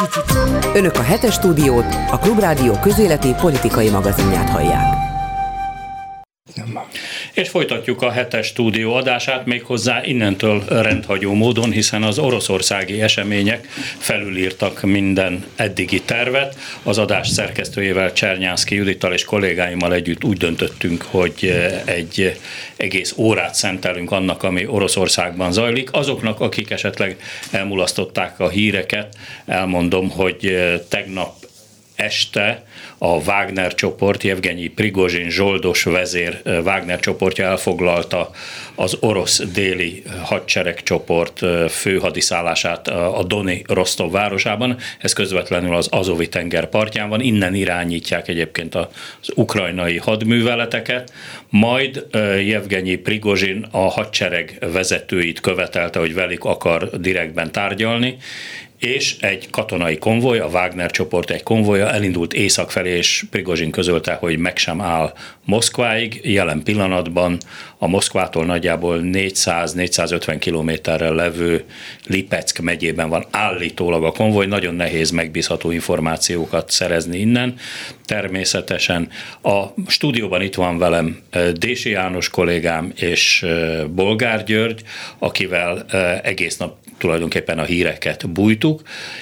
Önök a Hetes Stúdiót, a Klubrádió közéleti politikai magazinját hallják. És folytatjuk a Hetes Stúdió adását, méghozzá innentől rendhagyó módon, hiszen az oroszországi események felülírtak minden eddigi tervet. Az adás szerkesztőjével, Csernyánszky Judittal és kollégáimmal együtt úgy döntöttünk, hogy egy egész órát szentelünk annak, ami Oroszországban zajlik. Azoknak, akik esetleg elmulasztották a híreket, elmondom, hogy tegnap este a Wagner csoport, Jevgenyi Prigozsin zsoldos vezér Wagner csoportja elfoglalta az orosz déli hadseregcsoport főhadiszállását a Doni Rostov városában. Ez közvetlenül az Azovi tenger partján van, innen irányítják egyébként az ukrajnai hadműveleteket. Majd Jevgenyi Prigozsin a hadsereg vezetőit követelte, hogy velük akar direktben tárgyalni, és egy katonai konvoj, a Wagner csoport egy konvoja elindult észak felé, és Prigozsin közölte, hogy meg sem áll Moszkváig. Jelen pillanatban a Moszkvától nagyjából 400-450 kilométerrel levő Lipeck megyében van állítólag a konvoj. Nagyon nehéz megbízható információkat szerezni innen. Természetesen a stúdióban itt van velem Dési János kollégám és Bolgár György, akivel egész nap tulajdonképpen a híreket bújtuk,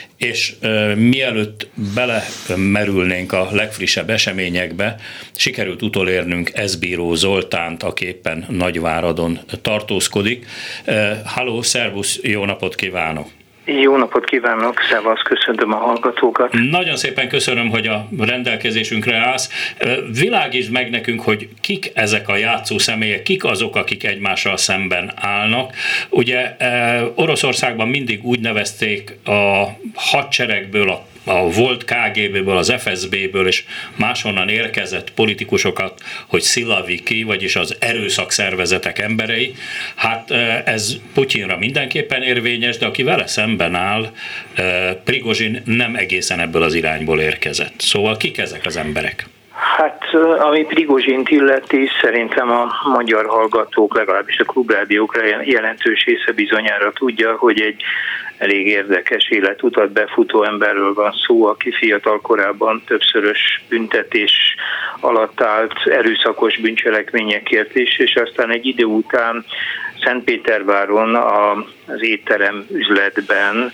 és mielőtt belemerülnénk a legfrissebb eseményekbe, sikerült utolérnünk Eszbíró Zoltánt, aki éppen Nagyváradon tartózkodik. Halló, szervusz, jó napot kívánok! Jó napot kívánok, szevasz, köszöntöm a hallgatókat. Nagyon szépen köszönöm, hogy a rendelkezésünkre állsz. Világítsd meg nekünk, hogy kik ezek a játszó személyek, kik azok, akik egymással szemben állnak. Ugye Oroszországban mindig úgy nevezték a hadseregből, a volt KGB-ből, az FSB-ből és máshonnan érkezett politikusokat, hogy szilaviki, vagyis az erőszakszervezetek emberei. Hát ez Putyinra mindenképpen érvényes, de aki vele szemben áll, Prigozsin nem egészen ebből az irányból érkezett. Szóval kik ezek az emberek? Hát, ami Prigozsint illeti, szerintem a magyar hallgatók, legalábbis a klubrádiókra jelentős része bizonyára tudja, hogy egy elég érdekes életutat befutó emberről van szó, aki fiatal korában többszörös büntetés alatt állt erőszakos bűncselekményekért is, és aztán egy idő után Szentpéterváron az étterem üzletben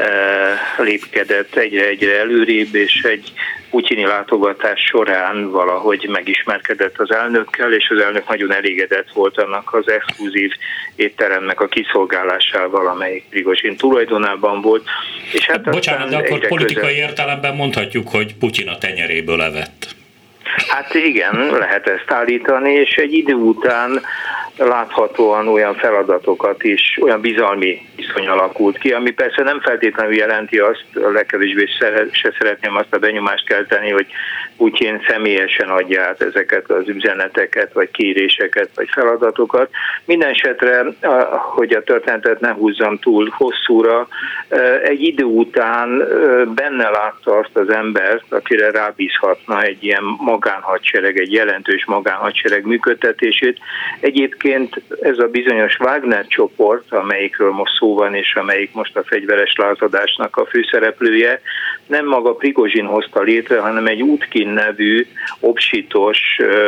lépkedett egyre előrébb, és egy putyini látogatás során valahogy megismerkedett az elnökkel, és az elnök nagyon elégedett volt annak az exkluzív étteremnek a kiszolgálásával, amelyik Prigozsin tulajdonában volt. És hát bocsánat, de akkor politikai értelemben mondhatjuk, hogy Putyin a tenyeréből evett. Hát igen, lehet ezt állítani, és egy idő után láthatóan olyan feladatokat is, olyan bizalmi viszony alakult ki, ami persze nem feltétlenül jelenti azt, legkevésbé se szeretném azt a benyomást kelteni, hogy Putyin személyesen adja át ezeket az üzeneteket, vagy kéréseket, vagy feladatokat. Mindenesetre, hogy a történetet ne húzzam túl hosszúra, egy idő után benne látta azt az embert, akire rábízhatna egy ilyen magánhadsereg, egy jelentős magánhadsereg működtetését. Egyébként ez a bizonyos Wagner csoport, amelyikről most szó van, és amelyik most a fegyveres lázadásnak a főszereplője, nem maga Prigozsin hozta létre, hanem egy Utkin nevű obsitos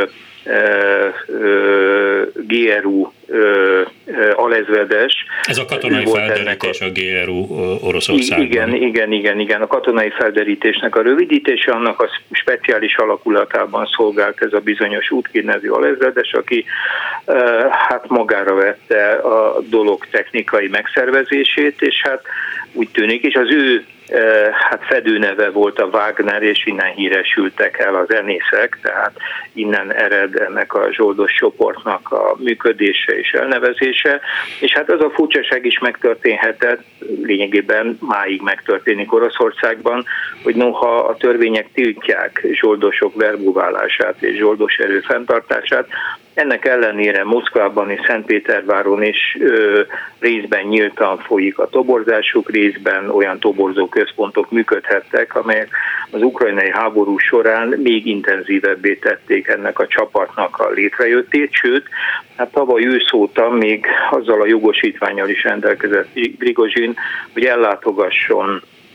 GRU alezredes. Ez a katonai felderítés, a GRU Oroszországban. Igen. A katonai felderítésnek a rövidítése, annak a speciális alakulatában szolgált ez a bizonyos Utkin nevű alezredes, aki hát magára vette a dolog technikai megszervezését, és hát úgy tűnik, és az ő fedőneve volt a Wagner, és innen híresültek el a zenészek, tehát innen ered ennek a zsoldos csoportnak a működése és elnevezése, és hát az a furcsaság is megtörténhetett, lényegében máig megtörténik Oroszországban, hogy noha a törvények tiltják zsoldosok verbuválását és zsoldos erő fenntartását, ennek ellenére Moszkvában és Szentpéterváron is részben nyíltan folyik a toborzásuk, részben olyan toborzó központok működhettek, amelyek az ukrajnai háború során még intenzívebbé tették ennek a csapatnak a létrejöttét, sőt, hát tavaly ősz óta még azzal a jogosítvánnyal is rendelkezett Prigozsin, hogy ellátogasson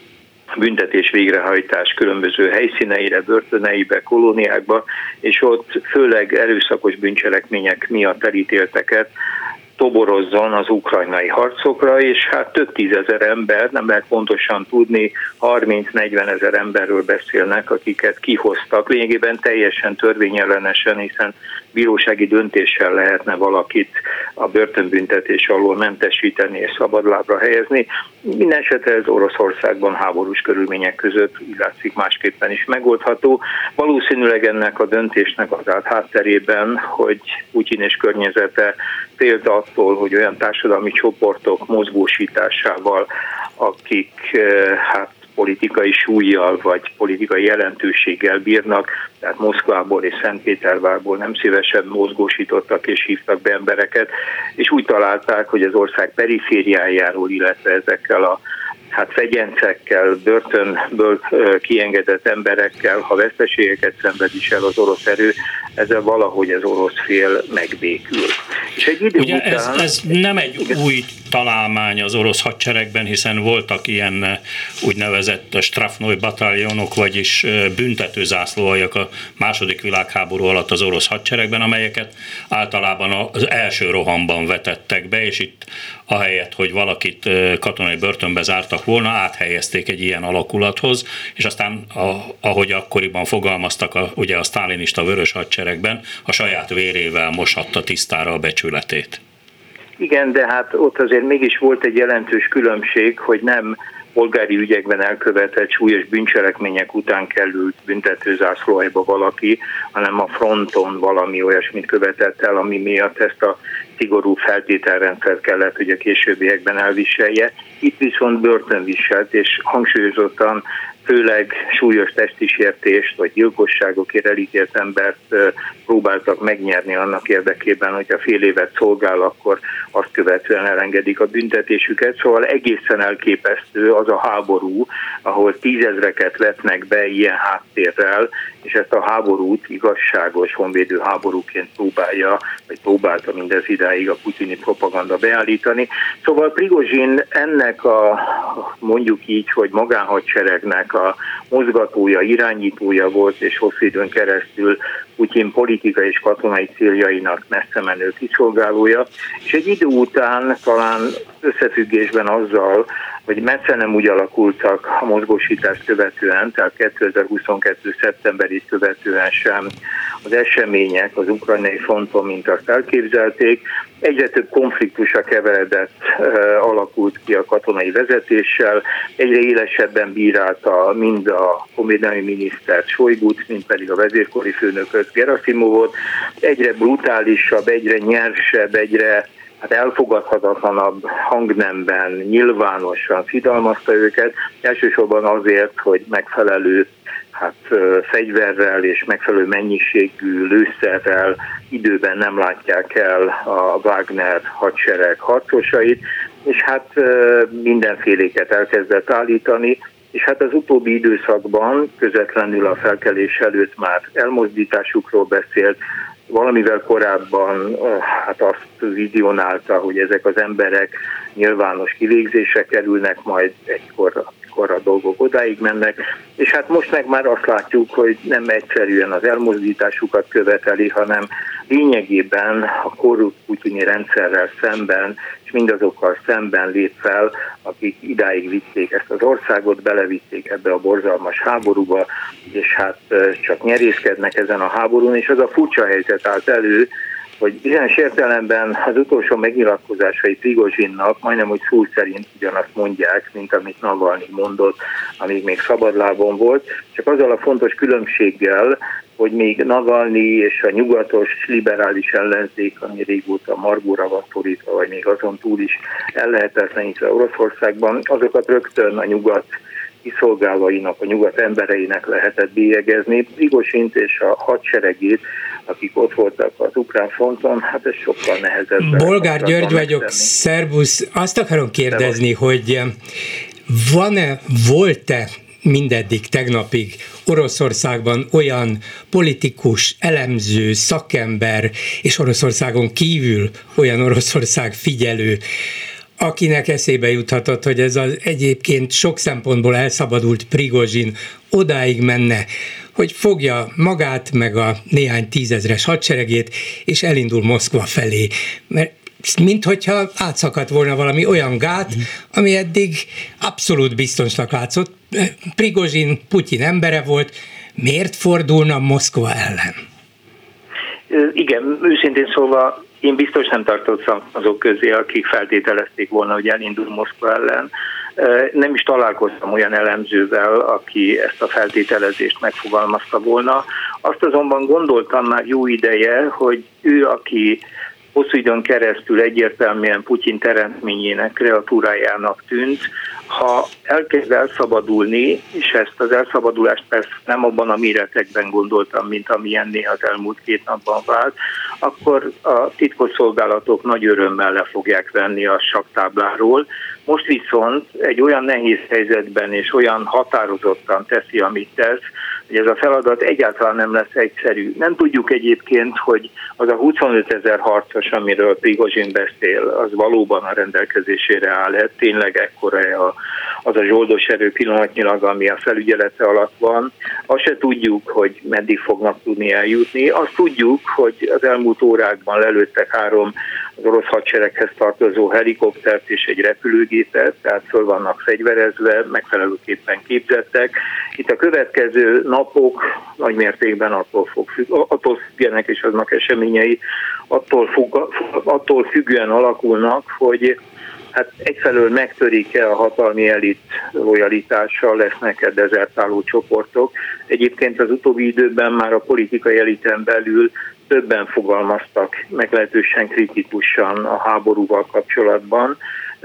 büntetés végrehajtás különböző helyszíneire, börtöneibe, kolóniákba, és ott főleg erőszakos bűncselekmények miatt elítélteket toborozzon az ukrajnai harcokra, és hát több tízezer ember, nem lehet pontosan tudni, 30-40 ezer emberről beszélnek, akiket kihoztak, lényegében teljesen törvényellenesen, hiszen bírósági döntéssel lehetne valakit a börtönbüntetés alól mentesíteni és szabadlábra helyezni. Mindenesetre ez Oroszországban háborús körülmények között úgy látszik másképpen is megoldható. Valószínűleg ennek a döntésnek az állt hátterében, hogy Putyin és környezete félt attól, hogy olyan társadalmi csoportok mozgósításával, akik hát politikai súllyal vagy politikai jelentőséggel bírnak, tehát Moszkvából és Szentpétervárból nem szívesen mozgósítottak és hívtak be embereket, és úgy találták, hogy az ország perifériájáról, illetve ezekkel a fegyencekkel, börtönből kiengedett emberekkel, ha veszteségeket szenved is el az orosz erő, ezzel valahogy az orosz fél megbékül. És egy idő ugye után... ez nem egy új találmány az orosz hadseregben, hiszen voltak ilyen úgynevezett Strafnoi bataljonok, vagyis büntetőzászlóaljak a második világháború alatt az orosz hadseregben, amelyeket általában az első rohamban vetettek be, és itt ahelyett, hogy valakit katonai börtönbe zártak volna, áthelyezték egy ilyen alakulathoz, és aztán, ahogy akkoriban fogalmaztak, ugye a sztálinista vörös hadseregben, a saját vérével moshatta tisztára a becsületét. Igen, de hát ott azért mégis volt egy jelentős különbség, hogy nem polgári ügyekben elkövetett súlyos bűncselekmények után került büntetőzászlóaljba valaki, hanem a fronton valami olyasmit követett el, ami miatt ezt a szigorú feltételrendszert kellett, hogy a későbbiekben elviselje. Itt viszont börtön viselt, és hangsúlyozottan főleg súlyos testi sértést vagy gyilkosságokért elítélt embert próbáltak megnyerni annak érdekében, hogy a fél évet szolgál, akkor azt követően elengedik a büntetésüket. Szóval egészen elképesztő az a háború, ahol tízezreket vetnek be ilyen háttérrel, és ezt a háborút igazságos honvédő háborúként próbálta mindez idáig a putyini propaganda beállítani. Szóval Prigozsin ennek a, mondjuk így, hogy magánhadseregnek a mozgatója, irányítója volt, és hosszú időn keresztül Putyin politikai és katonai céljainak messze menő kiszolgálója, és egy idő után talán összefüggésben azzal, hogy messze nem úgy alakultak a mozgósítást követően, tehát 2022. szeptemberét követően sem az események az ukrajnai fronton, mint azt elképzelték. Egyre több konfliktusra keveredett alakult ki a katonai vezetéssel, egyre élesebben bírálta mind a honvédelmi minisztert Sojgut, mind pedig a vezérkari főnököt Gerasimovot, egyre brutálisabb, egyre nyersebb, egyre elfogadhatatlanabb hangnemben nyilvánosan szidalmazta őket, elsősorban azért, hogy megfelelő fegyverrel és megfelelő mennyiségű lőszerrel időben nem látják el a Wagner hadsereg harcosait, és mindenféléket elkezdett állítani, és az utóbbi időszakban közvetlenül a felkelés előtt már elmozdításukról beszélt, valamivel korábban azt vizionálta, hogy ezek az emberek nyilvános kivégzésre kerülnek, majd egykor a dolgok odáig mennek, és most meg már azt látjuk, hogy nem egyszerűen az elmozdításukat követeli, hanem lényegében a korrupt putyini rendszerrel szemben, és mindazokkal szemben lép fel, akik idáig vitték ezt az országot, belevitték ebbe a borzalmas háborúba, és csak nyerészkednek ezen a háborún, és az a furcsa helyzet állt elő, hogy bizonyos értelemben az utolsó megnyilatkozásai Prigozsinnak majdnem, hogy szó szerint ugyanazt mondják, mint amit Navalnyi mondott, amíg még szabadlábon volt, csak azzal a fontos különbséggel, hogy még Navalnyi és a nyugatos liberális ellenzék, ami régóta margóra van szorítva, vagy még azon túl is ellehetetlenítve Oroszországban, azokat rögtön a nyugat kiszolgálóinak, a nyugat embereinek lehetett bélyegezni. Prigozsint és a hadseregét, akik ott voltak az ukrán fronton, ez sokkal nehezebb. Bolgár György vagyok, szervusz. Azt akarom kérdezni, hogy volt-e mindeddig, tegnapig Oroszországban olyan politikus, elemző, szakember, és Oroszországon kívül olyan Oroszország figyelő, akinek eszébe juthatott, hogy ez az egyébként sok szempontból elszabadult Prigozsin odáig menne, hogy fogja magát, meg a néhány tízezres hadseregét, és elindul Moszkva felé. Mert minthogyha átszakadt volna valami olyan gát, ami eddig abszolút biztosnak látszott. Prigozsin Putyin embere volt, miért fordulna Moszkva ellen? Igen, őszintén szólva, én biztos nem tartottam azok közé, akik feltételezték volna, hogy elindul Moszkva ellen. Nem is találkoztam olyan elemzővel, aki ezt a feltételezést megfogalmazta volna. Azt azonban gondoltam már jó ideje, hogy ő, aki hosszú időn keresztül egyértelműen Putyin teremtményének, kreatúrájának tűnt, ha elkezd elszabadulni, és ezt az elszabadulást persze nem abban a méretekben gondoltam, mint amilyenné az elmúlt 2 napban vált, akkor a titkosszolgálatok nagy örömmel le fogják venni a sakktábláról. Most viszont egy olyan nehéz helyzetben és olyan határozottan teszi, amit tesz, hogy ez a feladat egyáltalán nem lesz egyszerű. Nem tudjuk egyébként, hogy az a 25 000 harcos, amiről Prigozsin beszél, az valóban a rendelkezésére áll. Tényleg ekkora az a zsoldos erő pillanatnyilag, ami a felügyelete alatt van. Azt se tudjuk, hogy meddig fognak tudni eljutni. Azt tudjuk, hogy az elmúlt órákban lelőttek 3 az orosz hadsereghez tartozó helikoptert és egy repülőgépet, tehát föl vannak fegyverezve, megfelelőképpen képzettek. Itt a következő napok nagy mértékben attól függenek, és aznak eseményei attól függően alakulnak, hogy hát egyfelől megtörik-e a hatalmi elit lojalitással, lesznek-e dezertáló csoportok. Egyébként az utóbbi időben már a politikai eliten belül többen fogalmaztak meglehetősen kritikusan a háborúval kapcsolatban,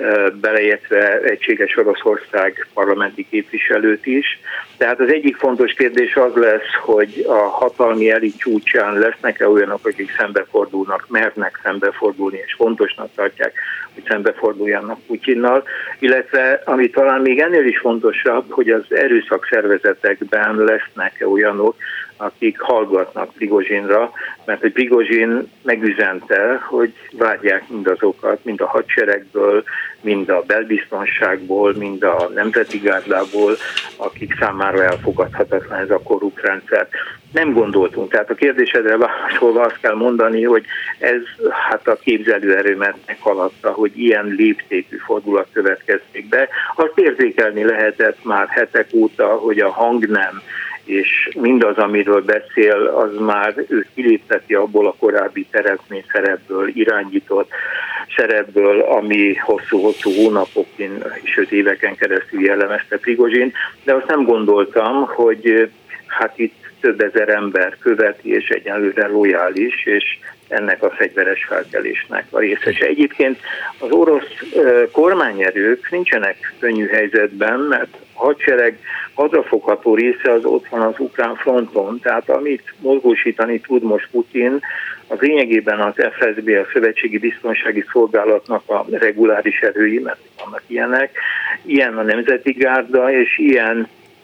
beleértve Egységes Oroszország parlamenti képviselőt is. Tehát az egyik fontos kérdés az lesz, hogy a hatalmi elit csúcsán lesznek-e olyanok, akik szembefordulnak, mernek szembefordulni, és fontosnak tartják, hogy szembeforduljanak Putyinnal, illetve ami talán még ennél is fontosabb, hogy az erőszakszervezetekben lesznek-e olyanok, akik hallgatnak Prigozsinra, mert hogy Prigozsin megüzente, hogy várják mindazokat, mind a hadseregből, mind a belbiztonságból, mind a nemzeti gárdából, akik számára elfogadhatatlan ez a korrupt rendszer. Nem gondoltunk. Tehát a kérdésedre válaszolva azt kell mondani, hogy ez hát a képzelőerőmet meghaladta, hogy ilyen léptékű fordulat következik be. Azt érzékelni lehetett már hetek óta, hogy a hangnem és mindaz, amiről beszél, az már ő kilépteti abból a korábbi teremtmény szerepből, irányított szerepből, ami hosszú-hosszú hónapokig, sőt éveken keresztül jellemezte Prigozsin, de azt nem gondoltam, hogy hát itt több ezer ember követi, és egyenlőre lojális, és ennek a fegyveres felkelésnek a részese. Egyébként az orosz kormányerők nincsenek könnyű helyzetben, mert a hadsereg hadrafogható része az ott van az ukrán fronton, tehát amit mozgósítani tud most Putyin, az lényegében az FSB, a Szövetségi Biztonsági Szolgálatnak a reguláris erői, mert vannak ilyenek, ilyen a Nemzeti Gárda, és ilyen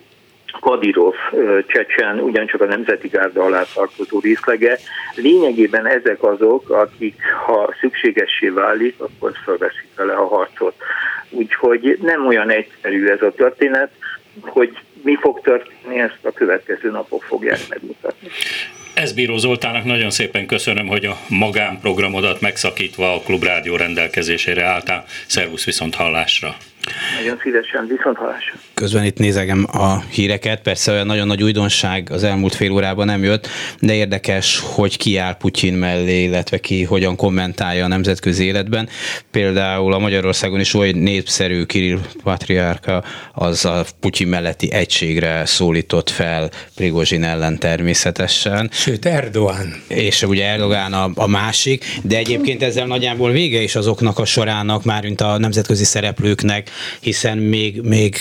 Kadirov csecsen, ugyancsak a Nemzeti Gárda alá tartozó részlege. Lényegében ezek azok, akik, ha szükségessé válik, akkor felveszik vele a harcot. Úgyhogy nem olyan egyszerű ez a történet, hogy mi fog történni, ezt a következő napok fogják megmutatni. Eszbíró Zoltánnak nagyon szépen köszönöm, hogy a magánprogramodat megszakítva a Klubrádió rendelkezésére álltál. Szervusz, viszont hallásra! Nagyon szívesen, viszont hallásra! Közben itt nézegem a híreket, persze olyan nagyon nagy újdonság az elmúlt fél órában nem jött, de érdekes, hogy ki áll Putyin mellé, illetve ki hogyan kommentálja a nemzetközi életben. Például a Magyarországon is oly népszerű Kirill patriárka, az a Putyin melletti egységre szólított fel Prigozsin ellen természetesen. Sőt, Erdogan. És ugye Erdogan a másik, de egyébként ezzel nagyjából vége is azoknak a sorának, már mint a nemzetközi szereplőknek, hiszen még Kazahsztán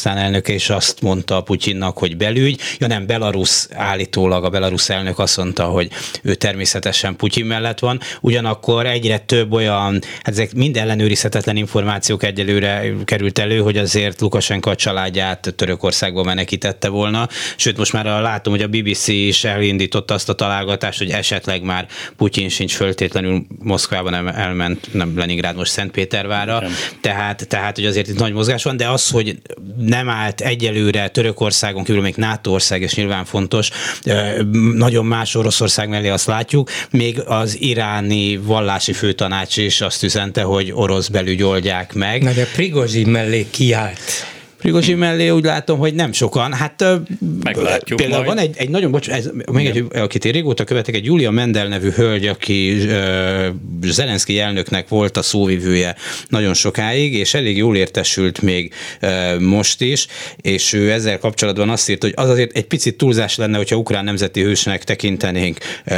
Kazaksztán elnöke is azt mondta Putyinnak, hogy belügy, nem, Belarus állítólag, a belarusz elnök azt mondta, hogy ő természetesen Putyin mellett van, ugyanakkor egyre több olyan, ezek mind ellenőrizhetetlen információk egyelőre került elő, hogy azért Lukasenko a családját Törökországba menekítette volna, sőt most már látom, hogy a BBC is elindította azt a találgatást, hogy esetleg már Putyin sincs föltétlenül Moszkvában, elment, nem Leningrad, most Szentpétervárra, tehát hogy azért itt nagy mozgás van, de az, hogy nem állt egyelőre Törökországon kívül, még NATO ország, és nyilván fontos, nagyon más Oroszország mellé azt látjuk, még az iráni vallási főtanács is azt üzente, hogy orosz belügy oldják meg. Na de Prigozsin mellé kiállt. Prigozsin mellé úgy látom, hogy nem sokan. Hát meglátjuk például majd. Van egy nagyon, akit én régóta követek, egy Julia Mendel nevű hölgy, aki Zelenszky elnöknek volt a szóvivője nagyon sokáig, és elég jól értesült még most is, és ő ezzel kapcsolatban azt írt, hogy az azért egy picit túlzás lenne, hogyha ukrán nemzeti hősnek tekintenénk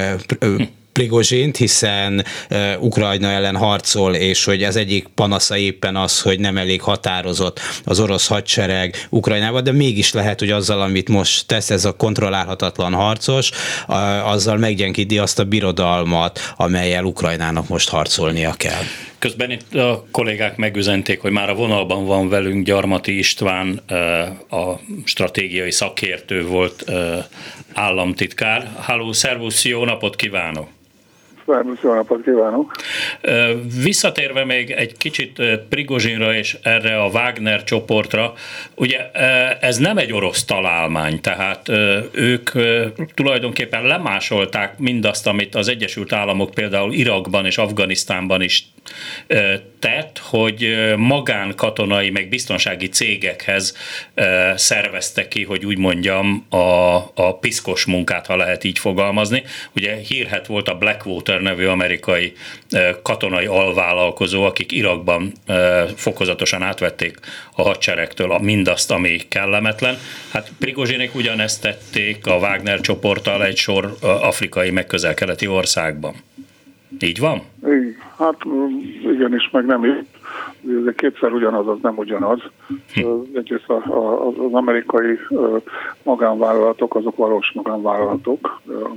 Prigozsint, hiszen Ukrajna ellen harcol, és hogy az egyik panasza éppen az, hogy nem elég határozott az orosz hadsereg Ukrajnában, de mégis lehet, hogy azzal, amit most tesz ez a kontrollálhatatlan harcos, azzal meggyengíti azt a birodalmat, amellyel Ukrajnának most harcolnia kell. Közben itt a kollégák megüzenték, hogy már a vonalban van velünk Gyarmati István, a stratégiai szakértő volt államtitkár. Halló, szervusz, jó napot kívánok! Jó napot kívánok! Visszatérve még egy kicsit Prigozsinra és erre a Wagner csoportra, ugye ez nem egy orosz találmány, tehát ők tulajdonképpen lemásolták mindazt, amit az Egyesült Államok például Irakban és Afganisztánban is tett, hogy magánkatonai, meg biztonsági cégekhez szervezte ki, hogy úgy mondjam, a piszkos munkát, ha lehet így fogalmazni. Ugye hírhedt volt a Blackwater nevű amerikai katonai alvállalkozó, akik Irakban fokozatosan átvették a hadseregtől mindazt, ami kellemetlen. Hát Prigozsinék ugyanezt tették a Wagner csoporttal egy sor afrikai, meg közel-keleti országban. Így van? Hát igenis, meg nem így. Ez kétszer ugyanaz, az nem ugyanaz. Egyrészt az amerikai magánvállalatok, azok valós magánvállalatok,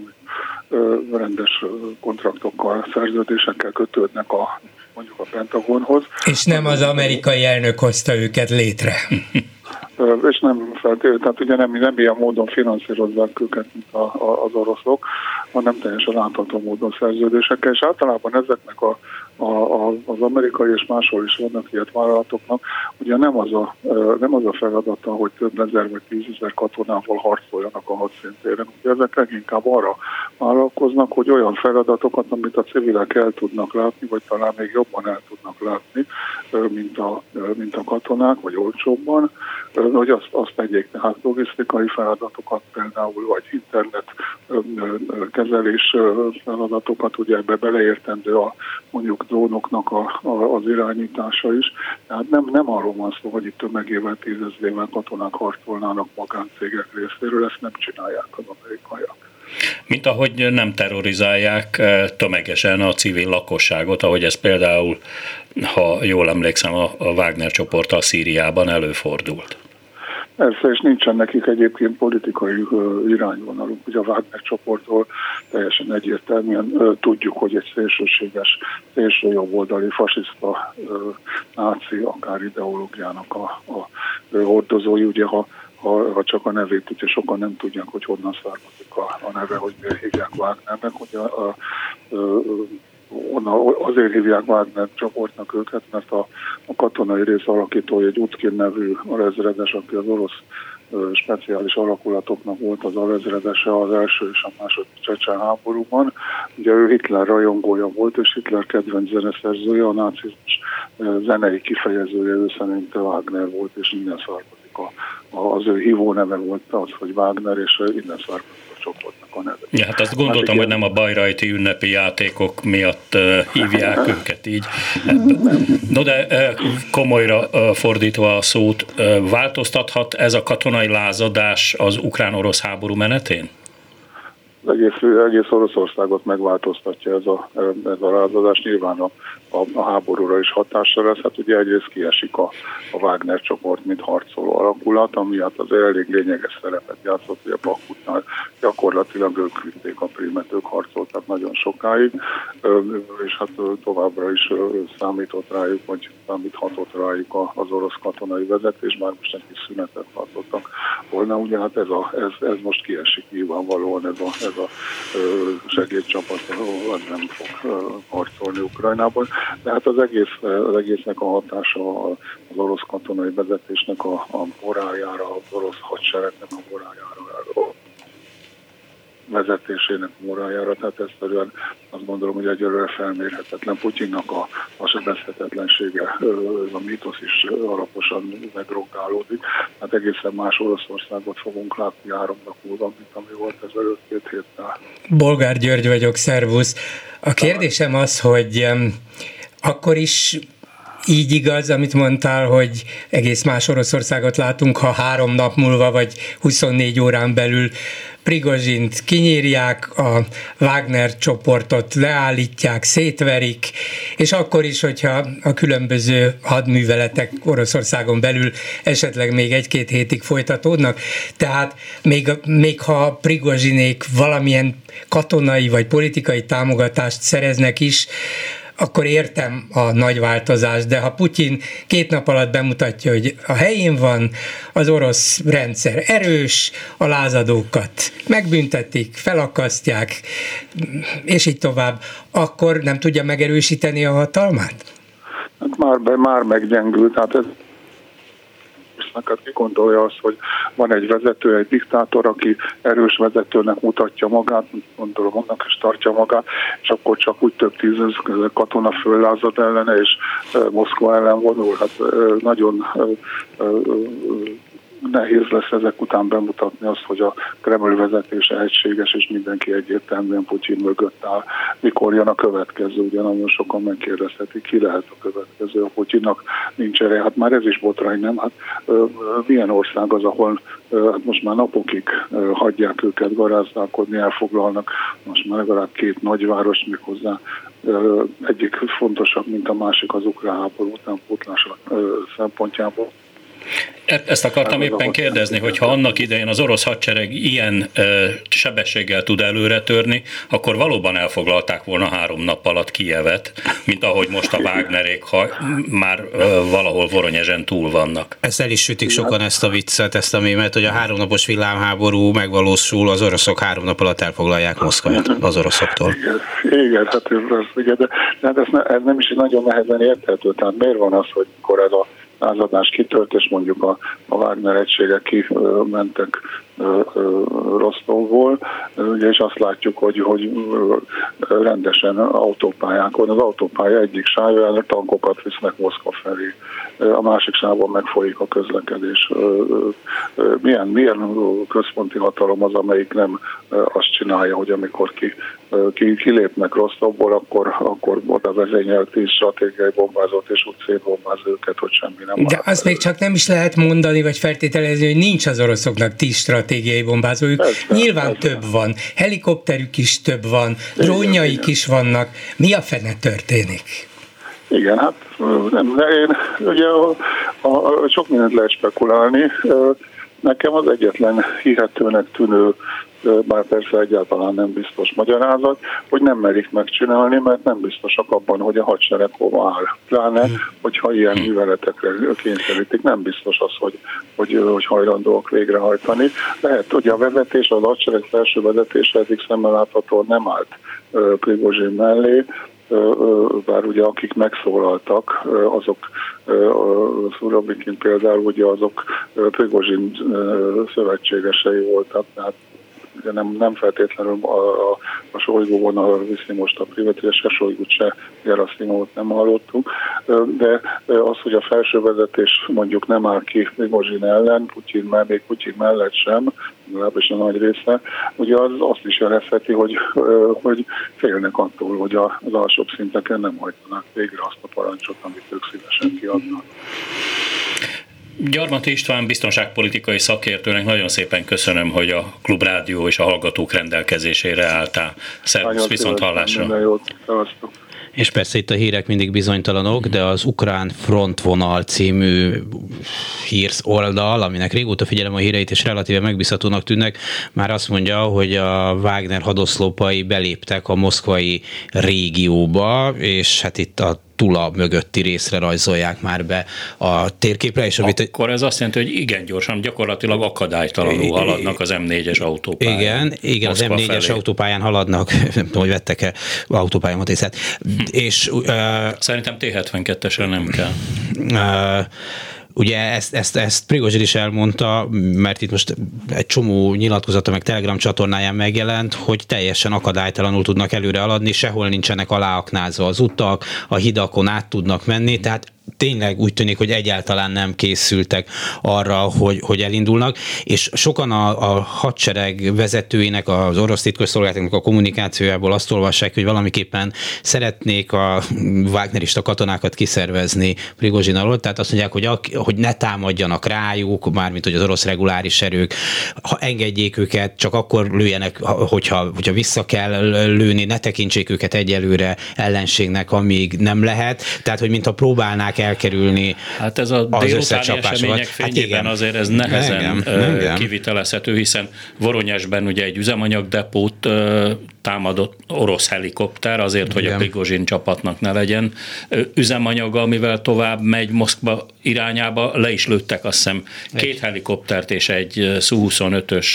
rendes kontraktokkal, szerződésekkel kötődnek mondjuk a Pentagonhoz. És nem az amerikai elnök hozta őket létre. És nem feltétlenül, tehát ugye nem ilyen módon finanszírozzák őket, mint az oroszok, hanem teljesen látható módon szerződésekkel, és általában ezeknek az amerikai és máshol is vannak ilyet vállalatoknak, ugye nem az a feladata, hogy több ezer vagy 10 000 katonával harcoljanak a hadszíntéren. Ugye ezek leginkább arra vállalkoznak, hogy olyan feladatokat, amit a civilek el tudnak látni, vagy talán még jobban el tudnak látni, mint a katonák, vagy olcsóbban, hogy azt tegyék, tehát logisztikai feladatokat például, vagy internet kezelés feladatokat, ugye ebbe beleértendő mondjuk drónoknak az irányítása is. Tehát nem arról van szó, hogy itt tömegével, 10 000 katonák harcolnának magáncégek részéről, ezt nem csinálják az amerikaiak. Mint ahogy nem terrorizálják tömegesen a civil lakosságot, ahogy ez például, ha jól emlékszem, a Wagner csoporttal Szíriában előfordult. Persze, és nincsen nekik egyébként politikai irányvonaluk. Ugye a Wagner csoportról teljesen egyértelműen tudjuk, hogy egy szélsőséges, szélső jobboldali, fasiszta, náci, akár ideológiának a hordozói, ugye ha csak a nevét, ugye sokan nem tudják, hogy honnan származik a neve, hogy miért hívják Wagnernek, ugye azért hívják Wagner csoportnak őket, mert a katonai rész alakítója egy Utkin nevű alezredes, aki az orosz speciális alakulatoknak volt az alezredese az első és a második csecsen háborúban. Ugye ő Hitler rajongója volt, és Hitler kedvenc zeneszerzője, a nácizmus zenei kifejezője, ő szerint Wagner volt, és innen származik. Az ő hívó neve volt az, hogy Wagner, és innen származik a csoportnak a neve. Ja, hát azt gondoltam, hogy nem a bajrajti ünnepi játékok miatt hívják őket így. No, de komolyra fordítva a szót, változtathat ez a katonai lázadás az ukrán-orosz háború menetén? egész Oroszországot megváltoztatja ez a lázadás. Nyilván a háborúra is hatással lesz. Hát ugye egyrészt kiesik a Wagner csoport, mint harcoló alakulat, ami hát az elég lényeges szerepet játszott, hogy a Bakhmutnál gyakorlatilag ők vitték a Prímet, ők harcoltak nagyon sokáig, és hát továbbra is számíthatott rájuk az orosz katonai vezetés, már most egy kis szünetet tartottak volna. Ugye hát ez most kiesik nyilvánvalóan, ez a segédcsapat nem fog harcolni Ukrajnában. De hát az egésznek a hatása az orosz katonai vezetésnek a moráljára, az orosz hadseregnek a moráljára, vezetésének moráljára, tehát egyszerűen azt gondolom, hogy egyelőre felmérhetetlen. Putyinnak a sebezhetetlensége, a mítosz is alaposan megrongálódik. Hát egészen más Oroszországot fogunk látni 3 nap múlva, mint ami volt ezelőtt 2 héttel. Bolgár György vagyok, szervusz. A kérdésem az, hogy akkor is így igaz, amit mondtál, hogy egész más Oroszországot látunk, ha 3 nap múlva vagy 24 órán belül Prigozsint kinyírják, a Wagner csoportot leállítják, szétverik, és akkor is, hogyha a különböző hadműveletek Oroszországon belül esetleg még 1-2 hétig folytatódnak. Tehát még ha Prigozsinék valamilyen katonai vagy politikai támogatást szereznek is, akkor értem a nagy változást, de ha Putyin 2 nap alatt bemutatja, hogy a helyén van, az orosz rendszer erős, a lázadókat megbüntetik, felakasztják, és így tovább, akkor nem tudja megerősíteni a hatalmát? Hát már meggyengült, tehát ez ki gondolja azt, hogy van egy vezető, egy diktátor, aki erős vezetőnek mutatja magát, gondolom annak is tartja magát, és akkor csak úgy több 10 katona föllázad ellene, és Moszkva ellen vonul. Hát nagyon nehéz lesz ezek után bemutatni azt, hogy a Kreml vezetése egységes, és mindenki egyértelműen Putyin mögött áll. Mikor jön a következő? Ugye nagyon sokan megkérdezhetik, ki lehet a következő. A Putyinnak nincs ereje. Hát már ez is botrány, nem? Hát milyen ország az, ahol most már napokig hagyják őket garázdálkodni, elfoglalnak most már legalább 2 nagyváros, méghozzá egyik fontosabb, mint a másik az ukrán háború utánpótlása szempontjából. Ezt akartam éppen kérdezni, hogy ha annak idején az orosz hadsereg ilyen sebességgel tud előre törni, akkor valóban elfoglalták volna 3 nap alatt Kijevet, mint ahogy most a Wagnerék, ha már valahol Voronyezsen túl vannak. Ezt el is sütik sokan, ezt a viccet, ezt a mémet, hogy a 3 napos villámháború megvalósul, az oroszok 3 nap alatt elfoglalják Moszkvát az oroszoktól. Igen, hát ez nem is nagyon nehezen érthető. Tehát miért van az, hogy mikor ez a lázadás kitört, és mondjuk a Wagner egységek kimentek Rostovból, ugye, és azt látjuk, hogy rendesen autópályákon, az autópálya egyik sávján tankokat visznek Moszkva felé, a másik sávon megfolyik a közlekedés. Milyen központi hatalom az, amelyik nem azt csinálja, hogy amikor kilépnek Rostovból, akkor oda vezényel 10 stratégiai bombázót, és úgy szétbombáz őket, hogy semmi nem marad. De azt még csak nem is lehet mondani, vagy feltételezni, hogy nincs az oroszoknak 10 stratégiai bombázójuk. Nyilván több van. Helikopterük is több van, drónjaik is vannak. Mi a fene történik? Igen, hát nem, ugye sok mindent lehet spekulálni. Nekem az egyetlen hihetőnek tűnő, bár persze egyáltalán nem biztos magyarázat, hogy nem merik megcsinálni, mert nem biztosak abban, hogy a hadsereg hova áll. Pláne, hogyha ilyen műveletekre kényszerítik, nem biztos az, hogy hajlandóak végrehajtani. Lehet, hogy a vezetés, az hadsereg felső vezetése eddig szemmel láthatóan nem állt Prigozsin mellé, bár ugye akik megszólaltak, azok Szurovikin például, ugye azok Prigozsin szövetségesei voltak, tehát ugye nem feltétlenül a Sojgu vonal viszi most a Privetre, se Sojgut, se Gerasimovot nem hallottuk, de az, hogy a felső vezetés mondjuk nem áll ki Prigozsin ellen, még Putyin mellett sem, legalábbis a nagy része, ugye az azt is jelezheti, hogy félnek attól, hogy az alsóbb szinteken nem hajtanak végre azt a parancsot, amit ők szívesen kiadnak. Gyarmati István biztonságpolitikai szakértőnek nagyon szépen köszönöm, hogy a Klubrádió és a hallgatók rendelkezésére álltál. Szervusz, viszont hallásra. És persze itt a hírek mindig bizonytalanok, de az Ukrán Frontvonal című híroldal, aminek régóta figyelem a híreit, és relatíve megbízhatónak tűnnek, már azt mondja, hogy a Wagner hadoszlopai beléptek a moszkvai régióba, és hát itt a Tula mögötti részre rajzolják már be a térképre. És akkor ez azt jelenti, hogy igen gyorsan, gyakorlatilag akadálytalanul haladnak az M4-es autópályán. Igen, az M4-es autópályán haladnak, nem tudom, hogy vettek-e autópályamat észre. És szerintem T-72-esre nem kell. Ugye ezt Prigozsin is elmondta, mert itt most egy csomó nyilatkozata meg Telegram csatornáján megjelent, hogy teljesen akadálytalanul tudnak előre haladni, sehol nincsenek aláaknázva az utak, a hidakon át tudnak menni, tehát tényleg úgy tűnik, hogy egyáltalán nem készültek arra, hogy elindulnak, és sokan a hadsereg vezetőinek, az orosz titkosszolgálatoknak a kommunikációjából azt olvassák, hogy valamiképpen szeretnék a wagnerista katonákat kiszervezni Prigozsin alól, tehát azt mondják, hogy ne támadjanak rájuk, mármint hogy az orosz reguláris erők, ha engedjék őket, csak akkor lőjenek, hogyha vissza kell lőni, ne tekintsék őket egyelőre ellenségnek, amíg nem lehet, tehát hogy mintha próbálnák elkerülni. Hát ez a délutáni események fényében azért ez nehezen kivitelezhető, hiszen Voronyezsben ugye egy üzemanyagdepót támadott orosz helikopter azért, hogy a Prigozsin csapatnak ne legyen üzemanyaga, amivel tovább megy Moszkva irányába, le is lőttek azt hiszem 2 helikoptert és egy Su-25-ös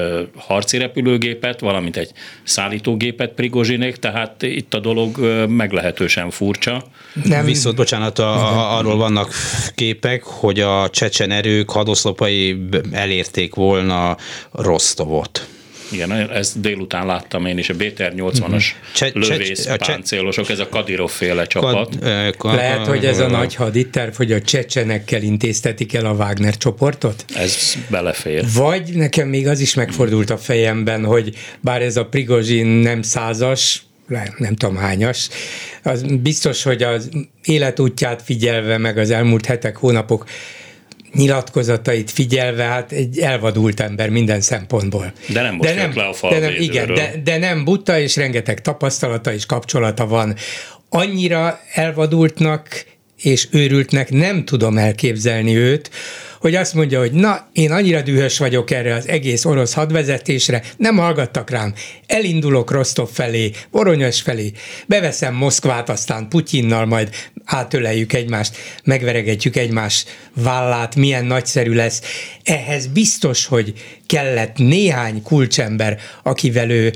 harci repülőgépet, valamint egy szállítógépet Prigozsinék, tehát itt a dolog meglehetősen furcsa. Viszont, bocsánat, arról vannak képek, hogy a csecsen erők hadoszlopai elérték volna Rostovot. Igen, ezt délután láttam én is, a BTR-80-as lövészpáncélosok, ez a Kadirov-féle csapat. Lehet, hogy ez a nagy haditerv, hogy a csecsenekkel intéztetik el a Wagner csoportot? Ez belefér. Vagy nekem még az is megfordult a fejemben, hogy bár ez a Prigozsin nem 100-as, nem tudom hányas, az biztos, hogy az életútját figyelve, meg az elmúlt hetek, hónapok nyilatkozatait figyelve, hát egy elvadult ember minden szempontból. De nem most jött le a falvédőről. De nem buta, és rengeteg tapasztalata és kapcsolata van. Annyira elvadultnak és őrültnek nem tudom elképzelni őt, hogy azt mondja, hogy na, én annyira dühös vagyok erre az egész orosz hadvezetésre, nem hallgattak rám, elindulok Rostov felé, Voronyezs felé, beveszem Moszkvát, aztán Putyinnal majd átöleljük egymást, megveregetjük egymás vállát, milyen nagyszerű lesz. Ehhez biztos, hogy kellett néhány kulcsember, akivel ő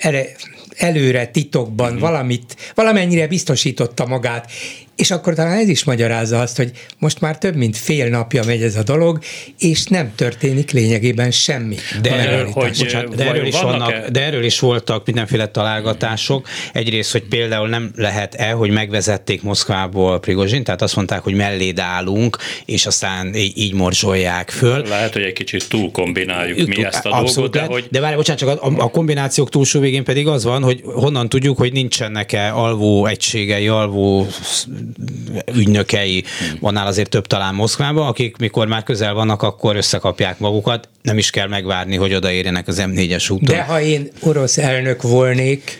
előre titokban valamennyire biztosította magát, és akkor talán ez is magyarázza azt, hogy most már több mint fél napja megy ez a dolog, és nem történik lényegében semmi. De erről is voltak mindenféle találgatások. Egyrészt, hogy például nem lehet-e, hogy megvezették Moszkvából Prigozsint, tehát azt mondták, hogy melléd állunk, és aztán így morzsolják föl. Lehet, hogy egy kicsit túl kombináljuk mi ezt a dolgot, de hogy... De várj, bocsánat, csak a kombinációk túlsó végén pedig az van, hogy honnan tudjuk, hogy nincsenek-e alvó egységei, alvó ügynökei, annál azért több talán Moszkvában, akik mikor már közel vannak, akkor összekapják magukat, nem is kell megvárni, hogy odaérjenek az M4-es úton. De ha én orosz elnök volnék,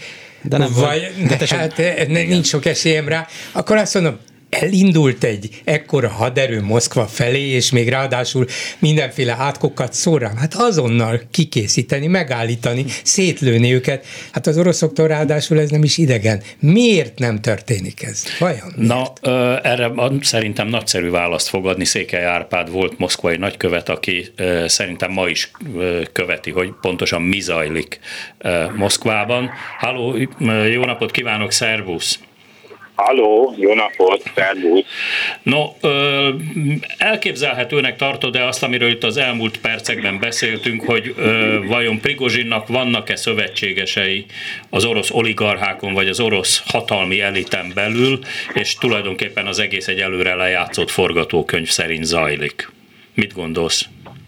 nincs sok esélyem rá, akkor azt mondom, elindult egy ekkora haderő Moszkva felé, és még ráadásul mindenféle átkokat szól rám. Hát azonnal kikészíteni, megállítani, szétlőni őket. Hát az oroszoktól ráadásul ez nem is idegen. Miért nem történik ez? Vajon? Erre szerintem nagyszerű választ fog adni Székely Árpád, volt moszkvai nagykövet, aki szerintem ma is követi, hogy pontosan mi zajlik Moszkvában. Halló, jó napot kívánok, szervusz! Halló, jó napot, szervusz! No, elképzelhetőnek tartod-e azt, amiről itt az elmúlt percekben beszéltünk, hogy vajon Prigozsinnak vannak-e szövetségesei az orosz oligarchákon, vagy az orosz hatalmi eliten belül, és tulajdonképpen az egész egy előre lejátszott forgatókönyv szerint zajlik. Mit gondolsz?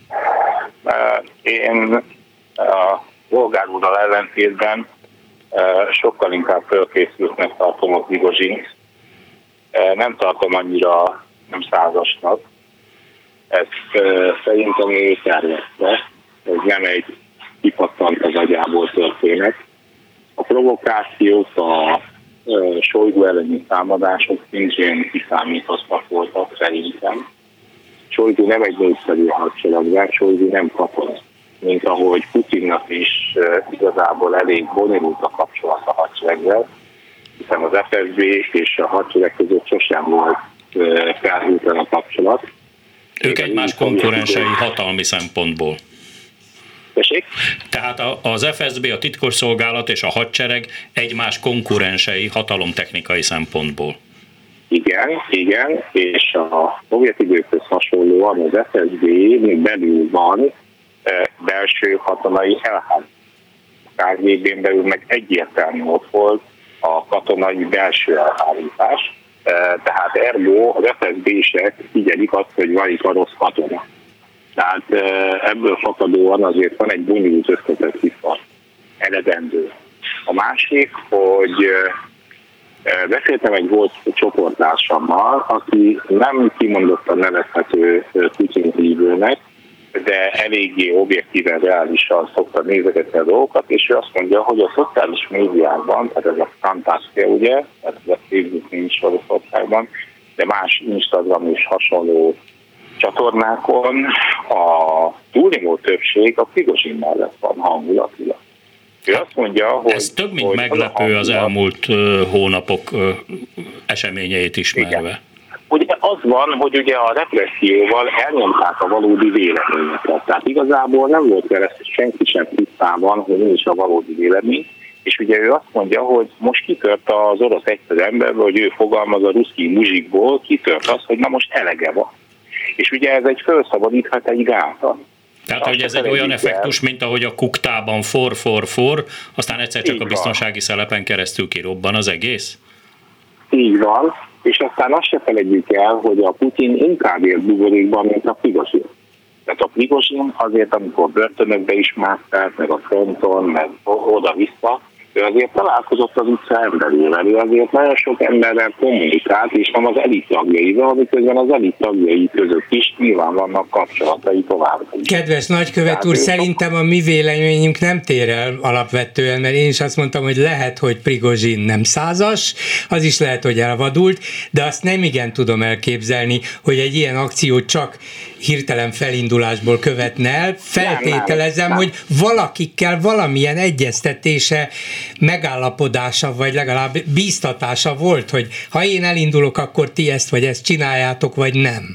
Én a Volgár úrral ellentétben sokkal inkább fölkészültnek tartom a Prigozsint. Nem tartom annyira nem 100-asnak. ezt szerintem ő tervezte, ez nem egy kipattant az agyából történet. A provokációk, a Sojgu elleni támadások szintén kiszámíthatóak voltak szerintem. Sojgu nem egy népszerű hadsereg, Sojgu nem katona. Mint ahogy Putyinnak is igazából elég bonyolult a kapcsolat a hadsereggel, hiszen az FSB és a hadsereg között sosem volt felhűtlen a kapcsolat. Ők egymás konkurensei hatalmi szempontból. Tessék? Tehát az FSB, a titkosszolgálat és a hadsereg egymás konkurensei hatalomtechnikai szempontból. Igen, és a szovjet időkhöz hasonlóan az FSB belül van belső katonai elhárítás. A KGB-n belül meg egyértelmű ott volt a katonai belső elhárítás, tehát ergo az FSB-sek figyelik azt, hogy van itt a rossz katona. Tehát ebből fakadóan azért van egy bonyolult összetett vissza eredendő. A másik, hogy beszéltem egy volt csoporttársammal, aki nem kimondottan nevezhető Putyin hívőnek, de eléggé objektíven, reálisan szokta nézegetni a dolgokat, és ő azt mondja, hogy a szociális médiában, tehát ez a Fantasztia, ugye, tehát ez a Facebook nincs Oroszországban, de más Instagram és hasonló csatornákon a túlnyomó többség a Prigozsin mellett van hangulatilag. Ő azt mondja, hogy... Ez több, mint meglepő az elmúlt hónapok eseményeit ismerve. Igen. Ugye az van, hogy ugye a represszióval elnyomták a valódi véleményeket. Tehát igazából nem volt vele senki sem tisztában, hogy mi is a valódi vélemény. És ugye ő azt mondja, hogy most kitört az orosz egyszerű emberből, hogy ő fogalmaz a ruszki muzsikból, kitört az, hogy na most elege van. És ugye ez egy felszabadíthat egy gátat. Tehát, hogy ez egy olyan effektus, mint ahogy a kuktában for, aztán egyszer csak a biztonsági szelepen keresztül kirobban az egész? Így van, és aztán azt se felejtjük el, hogy a Putyin inkább él buborékban, mint a Prigozsin. Tehát a Prigozsin azért, amikor börtönökbe is mászkált, meg a fronton, meg oda-vissza, ő azért találkozott az utca emberével, ő azért nagyon sok emberrel kommunikált, és nem az elit tagjaival, miközben az elit tagjai között is nyilván vannak kapcsolatai tovább. Kedves nagykövet úr, szerintem a mi véleményünk nem tér el alapvetően, mert én is azt mondtam, hogy lehet, hogy Prigozsin nem százas, az is lehet, hogy elvadult, de azt nem igen tudom elképzelni, hogy egy ilyen akciót csak hirtelen felindulásból követne el. Feltételezem, hogy valakikkel valamilyen egyeztetése, megállapodása, vagy legalább bíztatása volt, hogy ha én elindulok, akkor ti ezt vagy ezt csináljátok, vagy nem.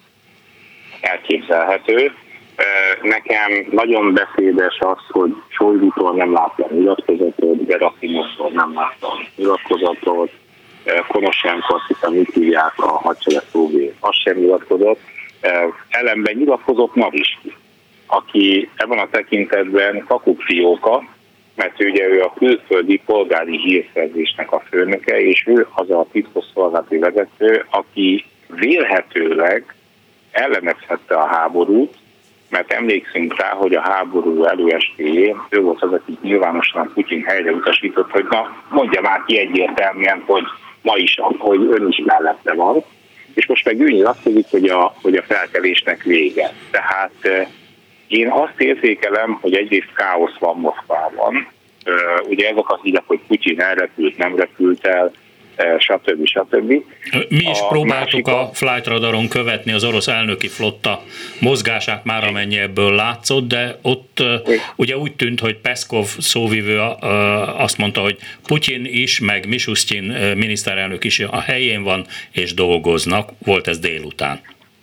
Elképzelhető. Nekem nagyon beszédes az, hogy Sojgutól nem láttam nyilatkozatot, Gerasimovtól nem láttam nyilatkozatot, Konosenko, azt hiszem, mit hívják a hadsereg szóvé, az sem nyilatkozott. Ellenben nyilatkozott Mariski, aki ebben a tekintetben kakukfióka, mert ugye ő a külföldi polgári hírszerzésnek a főnöke, és ő az a titkosszolgálati vezető, aki vélhetőleg ellenezhette a háborút, mert emlékszünk rá, hogy a háború előestéjén ő volt az, aki nyilvánosan Putyin helyre utasított, hogy na, mondja már ki egyértelműen, hogy ma is, hogy ön is mellette van, és most meg ő nyilatkozik, hogy a felkelésnek vége. Tehát én azt érzékelem, hogy egyrészt káosz van Moszkvában. Ugye ezek az hírek, hogy Putyin elrepült, nem repült el, stb. Mi is próbáltuk a flight radaron követni az orosz elnöki flotta mozgását már, amennyi ebből látszott, de ott ugye úgy tűnt, hogy Peszkov szóvivő azt mondta, hogy Putyin is, meg Mishustin miniszterelnök is a helyén van és dolgoznak. Volt ez délután.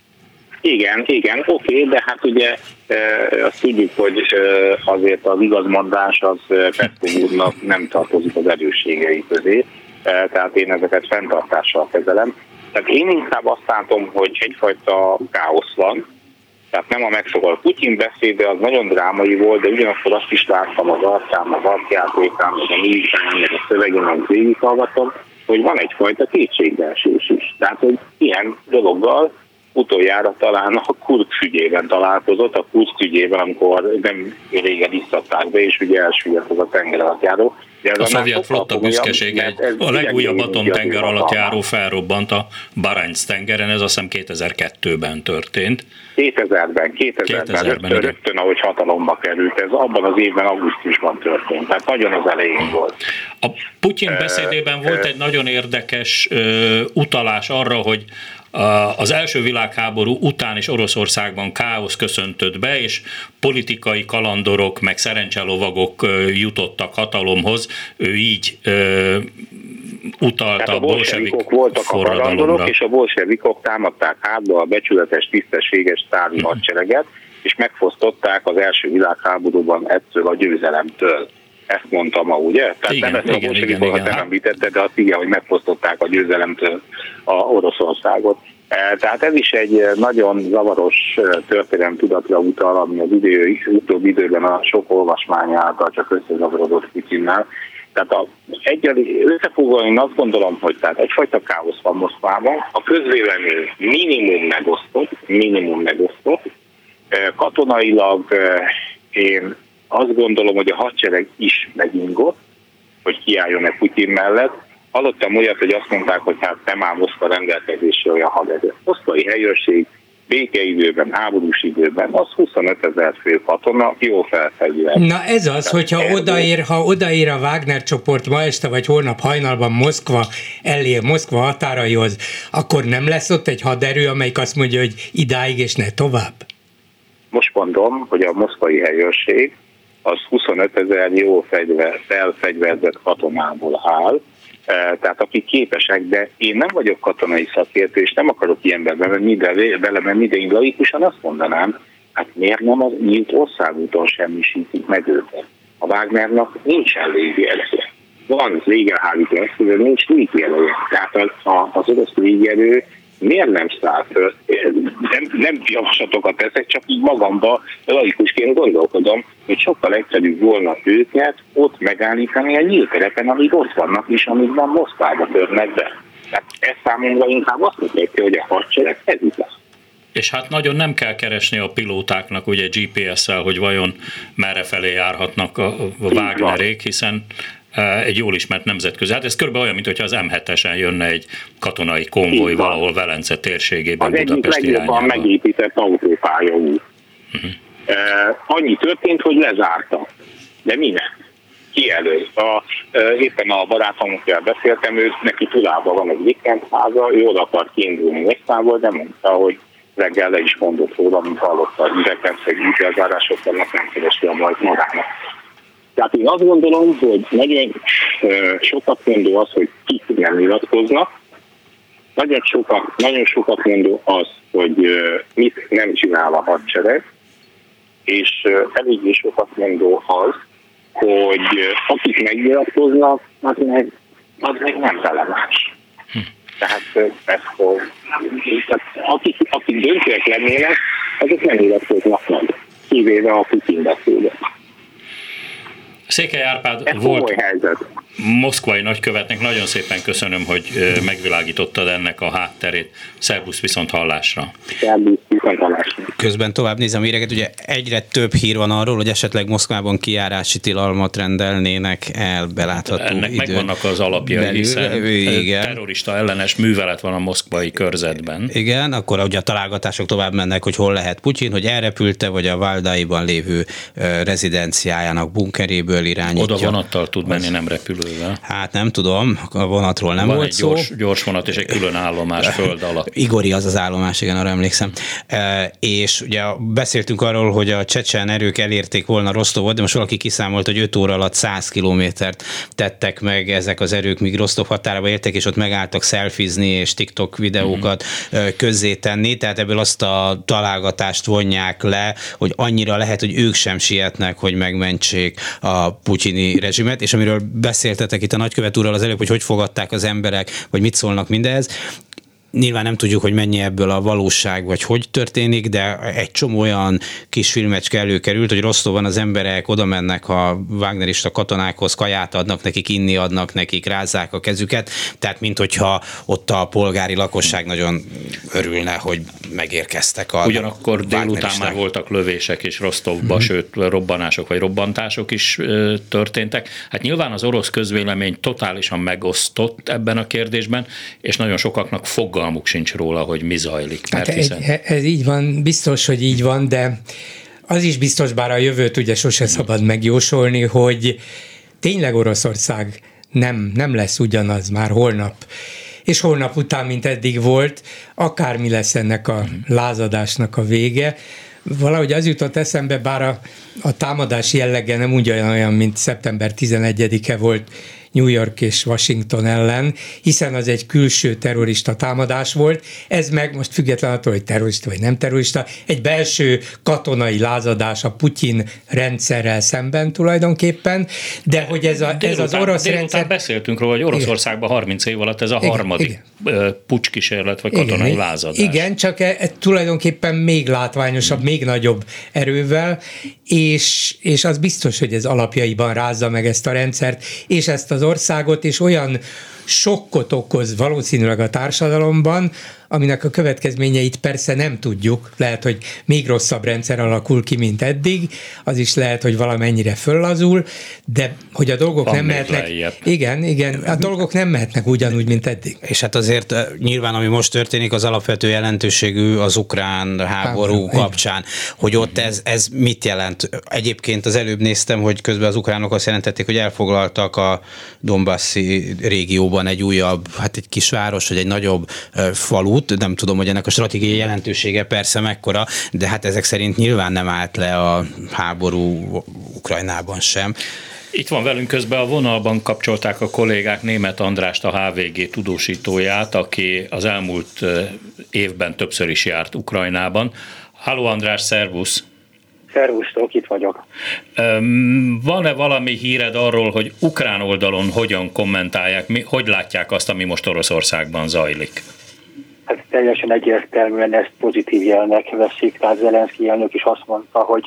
Igen, oké, de hát ugye azt tudjuk, hogy azért az igazmondás az Peszkov úrnak nem tartozik az erősségei közé, tehát én ezeket fenntartással kezelem. Tehát én inkább azt látom, hogy egyfajta káosz van, tehát nem a megszokott Putyin beszéde, az nagyon drámai volt, de ugyanakkor azt is láttam az arcán, az arcjátékán, meg a műván, meg a szövegén, amit végighallgatom, hogy van egyfajta kétségbeesés is. Tehát, hogy ilyen dologgal utoljára talán a Kursk ügyében találkozott, a Kursk ügyében, amikor nem régen visszadták be, és ugye elsüllyedt az a tengeralattjáró. A szovjet flotta büszkesége a legújabb atomtenger alattjáró felrobbant a Barents-tengeren, ez azt hiszem 2002-ben történt. 2000-ben rögtön, ahogy hatalomba került, ez abban az évben, augusztusban történt, tehát nagyon az elején volt. A Putyin beszédében volt egy nagyon érdekes utalás arra, hogy az első világháború után is Oroszországban káosz köszöntött be, és politikai kalandorok, meg szerencselovagok jutottak hatalomhoz. Ő így utalta a bolsevikok voltak forradalomra. A kalandorok, és a bolsevikok támadták hátba a becsületes, tisztességes sztálin hadsereget, és megfosztották az első világháborúban ettől a győzelemtől. Ezt mondtam ma, ugye? Tehát igen, nem ezt a bolsevikokat nem említette, de azt igen, hogy megfosztották a győzelemtől a Oroszországot. Tehát ez is egy nagyon zavaros történelem tudatra utal, ami az utóbbi időben a sok olvasmány által csak összezavarodott Putyinnál. Tehát összefoglalva én azt gondolom, hogy tehát egyfajta káosz van Moszkvában, a közvélemény minimum megosztott, katonailag én azt gondolom, hogy a hadsereg is megingott, hogy kiálljon-e Putyin mellett. Hallottam olyat, hogy azt mondták, hogy hát nem áll Moszkva rendelkezésre olyan haderő. Moszkvai helyőrség békeidőben, háborús időben, az 25 000 fő katona, jó felfegyver. Na ez az, hogyha odaér a Wagner csoport ma este vagy holnap hajnalban Moszkva elé, Moszkva határaihoz, akkor nem lesz ott egy haderő, amelyik azt mondja, hogy idáig és ne tovább? Most mondom, hogy a moszkvai helyőrség az 25 000 jó felfegyverzett katonából áll, tehát akik képesek, de én nem vagyok katonai szakértő, és nem akarok ilyenbe belemenni, de én laikusan azt mondanám, hát miért nem az nyílt országúton semmisítik meg őket? A Wagnernak nincsen légierője. Van légerhárító eszköze, nincs légierője. Tehát az orosz légierő miért nem száll föl? Nem javaslatokat teszek, csak így magamba laikusként gondolkodom, hogy sokkal egyszerűbb volna őket ott megállítani a nyílt terepen, amíg ott vannak, és amíg van Moszkvába törnek be. Tehát ez számomra inkább azt mutatja, hogy a hadsereg hezitál. És hát nagyon nem kell keresni a pilótáknak ugye GPS-szel, hogy vajon merre felé járhatnak a Wagnerék, hiszen egy jól ismert nemzetközi. Hát ez körülbelül olyan, mintha az M7-esen jönne egy katonai konvoj valahol Velence térségében, Budapest irányába. Az egyik legjobban megépített autópályaút. Annyi történt, hogy lezártak. De minek? Ki elő? Éppen a barátommal beszéltem, neki Tulában van egy vikendháza, ő oda akart kiindulni Moszkvából, de mondta, hogy reggel le is mondott róla, mint hallotta a híreket, hogy ügyelzárások vannak, nem keresi a majd magának. Tehát én azt gondolom, hogy nagyon sokat mondó az, hogy kik nem nyilatkoznak, nagyon sokat mondó az, hogy mit nem csinál a hadsereg, és eléggé sokat mondó az, hogy akik megnyilatkoznak, az meg nem releváns. Tehát akik döntőek lennének, azok nem nyilatkoznak meg, kivéve a Putyin beszédet. Székely Árpád volt moszkvai nagykövetnek, nagyon szépen köszönöm, hogy megvilágítottad ennek a hátterét. Szerbusz, viszont hallásra. Szerbusz, viszont hallásra. Közben tovább nézem a híreket, ugye egyre több hír van arról, hogy esetleg Moszkvában kijárási tilalmat rendelnének el belátható ennek megvannak az alapjai, hiszen terrorista ellenes művelet van a moszkvai körzetben. Igen, akkor ugye a találgatások tovább mennek, hogy hol lehet Putyin, hogy elrepülte, vagy a Valdaiban lévő rezidenciájának bunkeréből irányítja. Oda vonattal tud menni, nem repülővel. Hát nem tudom, a vonatról nem volt szó. Van egy gyors vonat és egy külön állomás föld alatt. Igori az állomás, igen, arra emlékszem. És ugye beszéltünk arról, hogy a csecsen erők elérték volna Rostovot, de most valaki kiszámolt, hogy 5 óra alatt 100 kilométert tettek meg ezek az erők, míg Rostov határába értek, és ott megálltak szelfizni és TikTok videókat közzétenni, tehát ebből azt a találgatást vonják le, hogy annyira lehet, hogy ők sem sietnek, hogy megmentsék a putyini rezsimet, és amiről beszéltetek itt a nagykövet úrral az előbb, hogy fogadták az emberek, vagy mit szólnak mindehhez. Nyilván nem tudjuk, hogy mennyi ebből a valóság, vagy hogy történik, de egy csomó olyan kis filmecske előkerült, hogy Rostovban az emberek oda mennek a wagnerista katonákhoz, kaját adnak nekik, inni adnak nekik, rázzák a kezüket, tehát minthogyha ott a polgári lakosság nagyon örülne, hogy megérkeztek a Ugyanakkor délután már voltak lövések és Rostovban, sőt robbanások vagy robbantások is történtek. Hát nyilván az orosz közvélemény totálisan megosztott ebben a kérdésben, és nagyon sokaknak fogalmuk sincs róla, hogy mi zajlik. Hát ez így van, biztos, hogy így van, de az is biztos, bár a jövőt ugye sose szabad megjósolni, hogy tényleg Oroszország nem lesz ugyanaz már holnap, és holnap után, mint eddig volt, akármi lesz ennek a lázadásnak a vége. Valahogy az jutott eszembe, bár a támadás jellege nem ugyanolyan, mint szeptember 11-e volt New York és Washington ellen, hiszen az egy külső terrorista támadás volt, ez meg most független attól, hogy terrorista vagy nem terrorista, egy belső katonai lázadás a Putyin rendszerrel szemben tulajdonképpen, de hogy ez az orosz rendszer... beszéltünk róla, hogy Oroszországban 30 év alatt ez a harmadik pucskísérlet vagy katonai lázadás. Igen, csak tulajdonképpen még látványosabb, még nagyobb erővel, és az biztos, hogy ez alapjaiban rázza meg ezt a rendszert, és ezt az országot, és olyan sokkot okoz valószínűleg a társadalomban, aminek a következményeit persze nem tudjuk, lehet, hogy még rosszabb rendszer alakul ki, mint eddig, az is lehet, hogy valamennyire föllazul, de hogy a dolgok nem mehetnek... Igen, a dolgok nem mehetnek ugyanúgy, mint eddig. És hát azért nyilván, ami most történik, az alapvető jelentőségű az ukrán háború kapcsán, hogy ott ez mit jelent? Egyébként az előbb néztem, hogy közben az ukránok azt jelentették, hogy elfoglaltak a Donbassi régióban egy újabb, hát egy kisváros, vagy egy nagyobb falut, nem tudom, hogy ennek a stratégiai jelentősége persze mekkora, de hát ezek szerint nyilván nem állt le a háború Ukrajnában sem. Itt van velünk közben a vonalban, kapcsolták a kollégák Németh Andrást, a HVG tudósítóját, aki az elmúlt évben többször is járt Ukrajnában. Halló András, szervusz! Szervusztok, itt vagyok. Van-e valami híred arról, hogy ukrán oldalon hogyan kommentálják, hogy látják azt, ami most Oroszországban zajlik? Hát teljesen egyértelműen ezt pozitív jelnek veszik, tehát Zelenszky elnök is azt mondta, hogy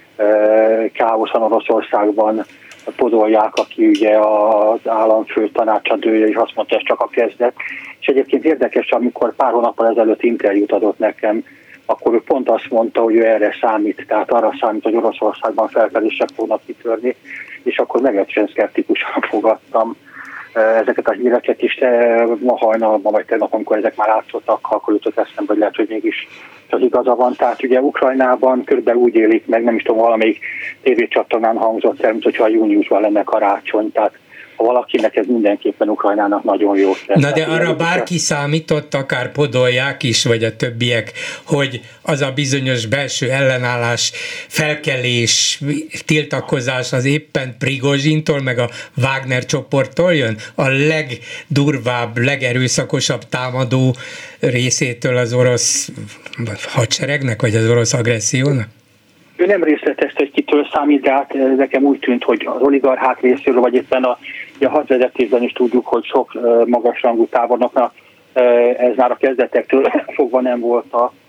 káosz van Oroszországban, Podolják, aki ugye az államfő tanácsadója, és azt mondta, ez csak a kezdet. És egyébként érdekes, amikor pár hónappal ezelőtt interjút adott nekem, akkor ő pont azt mondta, hogy ő erre számít, tehát arra számít, hogy Oroszországban felkelések fognak kitörni, és akkor meglehetősen szkeptikusan fogadtam ezeket a híreket is, de ma hajnalban, vagy tegnap, amikor ezek már átszottak, akkor jutott eszembe, hogy lehet, hogy mégis az igaza van. Tehát ugye Ukrajnában körülbelül úgy élik meg, nem is tudom, valamelyik tévécsatornán hangzott el, mint hogyha júniusban lenne karácsony, tehát ha valakinek ez mindenképpen Ukrajnának nagyon jó. Na de arra bárki számított, akár Podolják is, vagy a többiek, hogy az a bizonyos belső ellenállás, felkelés, tiltakozás az éppen Prigozsintól, meg a Wagner csoporttól jön? A legdurvább, legerőszakosabb támadó részétől az orosz hadseregnek, vagy az orosz agressziónak? Ő nem részletezte, hogy kitől számít, de hát nekem úgy tűnt, hogy az oligarchák részéről, vagy éppen a hadvezetésben is tudjuk, hogy sok magasrangú tábornoknak ez már a kezdetektől fogva nem volt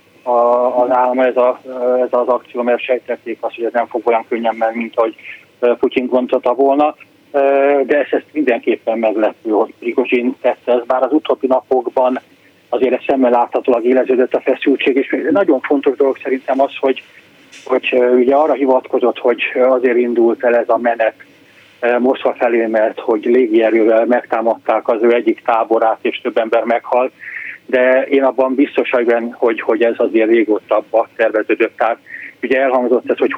az állam, ez az akció, mert sejtették azt, hogy ez nem fog olyan könnyen menni, mint ahogy Putyin gondolta volna. De ezt mindenképpen meglepő, hogy Prigozsin tette ezt, bár az utóbbi napokban azért ez szemmel láthatólag éleződött a feszültség, és nagyon fontos dolog szerintem az, hogy ugye arra hivatkozott, hogy azért indult el ez a menet Moszkva felé, mert hogy légierővel megtámadták az ő egyik táborát, és több ember meghalt, de én abban biztos vagyok, hogy ez azért régóta terveződött. Tehát ugye elhangzott ez, hogy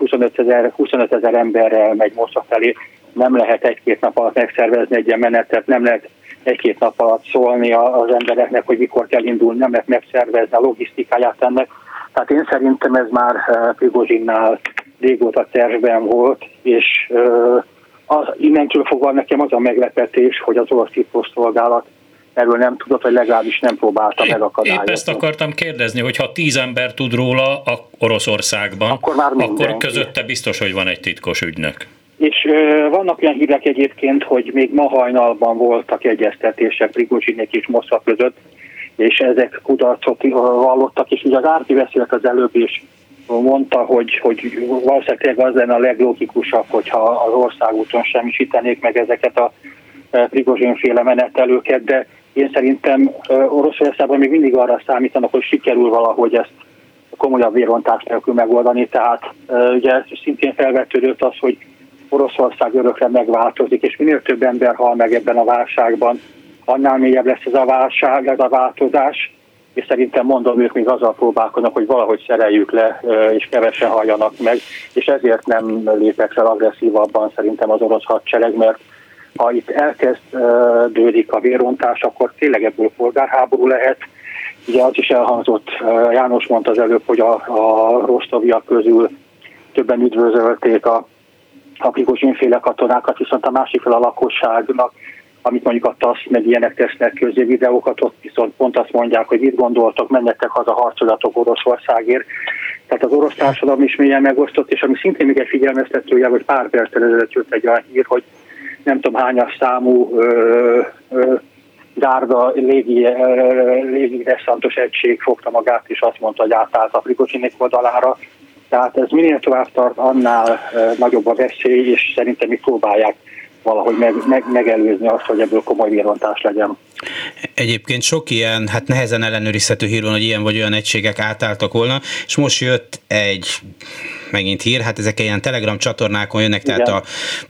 25 ezer emberrel megy Moszkva felé, nem lehet egy-két nap alatt megszervezni egy ilyen menetet, nem lehet egy-két nap alatt szólni az embereknek, hogy mikor kell indulni, nem lehet megszervezni a logisztikáját ennek. Tehát én szerintem ez már Prigozsinnál régóta tervben volt, és innentől fogva nekem az a meglepetés, hogy az orosz titkosszolgálat erről nem tudott, vagy legalábbis nem próbálta megakadályozni. Épp ezt akartam kérdezni, hogy ha 10 ember tud róla Oroszországban, akkor közötte biztos, hogy van egy titkos ügynök. És vannak olyan hírek egyébként, hogy még ma hajnalban voltak egyeztetések Prigozsinék és Moszkva között, és ezek kudarcot vallottak, és ugye az Árpi beszélt az előbb is, mondta, hogy valószínűleg az lenne a leglogikusabb, hogyha az országúton semmisítenék meg ezeket a Prigozsin-féle menetelőket, de én szerintem Oroszországban még mindig arra számítanak, hogy sikerül valahogy ezt komolyabb vérontás nélkül megoldani, tehát ugye szintén felvetődött az, hogy Oroszország örökre megváltozik, és minél több ember hal meg ebben a válságban, annál mélyebb lesz ez a válság, ez a változás, és szerintem mondom, ők még azzal próbálkoznak, hogy valahogy szereljük le, és kevesen halljanak meg, és ezért nem lépek fel agresszívabban szerintem az orosz hadsereg, mert ha itt elkezdődik a vérontás, akkor tényleg ebből polgárháború lehet. Ugye az is elhangzott, János mondta az előbb, hogy a rostoviak közül többen üdvözölték a Prigozsin-féle katonákat, viszont a másik fel a lakosságnak, amit mondjuk a TASZ meg ilyenek tesznek közé videókat, ott viszont pont azt mondják, hogy mit gondoltok, menjetek haza, harcolatok Oroszországért. Tehát az orosz társadalom is mélyen megosztott, és ami szintén még egy figyelmeztetője, hogy pár perccel ezelőtt jött egy olyan hír, hogy nem tudom hányas számú gárda légi desszantos egység fogta magát, és azt mondta, hogy átállt a Prigozsinék oldalára. Tehát ez minél tovább tart, annál nagyobb a veszély, és szerintem mi próbálják valahogy megelőzni azt, hogy ebből komoly vérontás legyen. Egyébként sok ilyen, hát nehezen ellenőrizhető hír van, hogy ilyen vagy olyan egységek átálltak volna, és most jött egy megint hír, hát ezek ilyen Telegram csatornákon jönnek, igen. Tehát a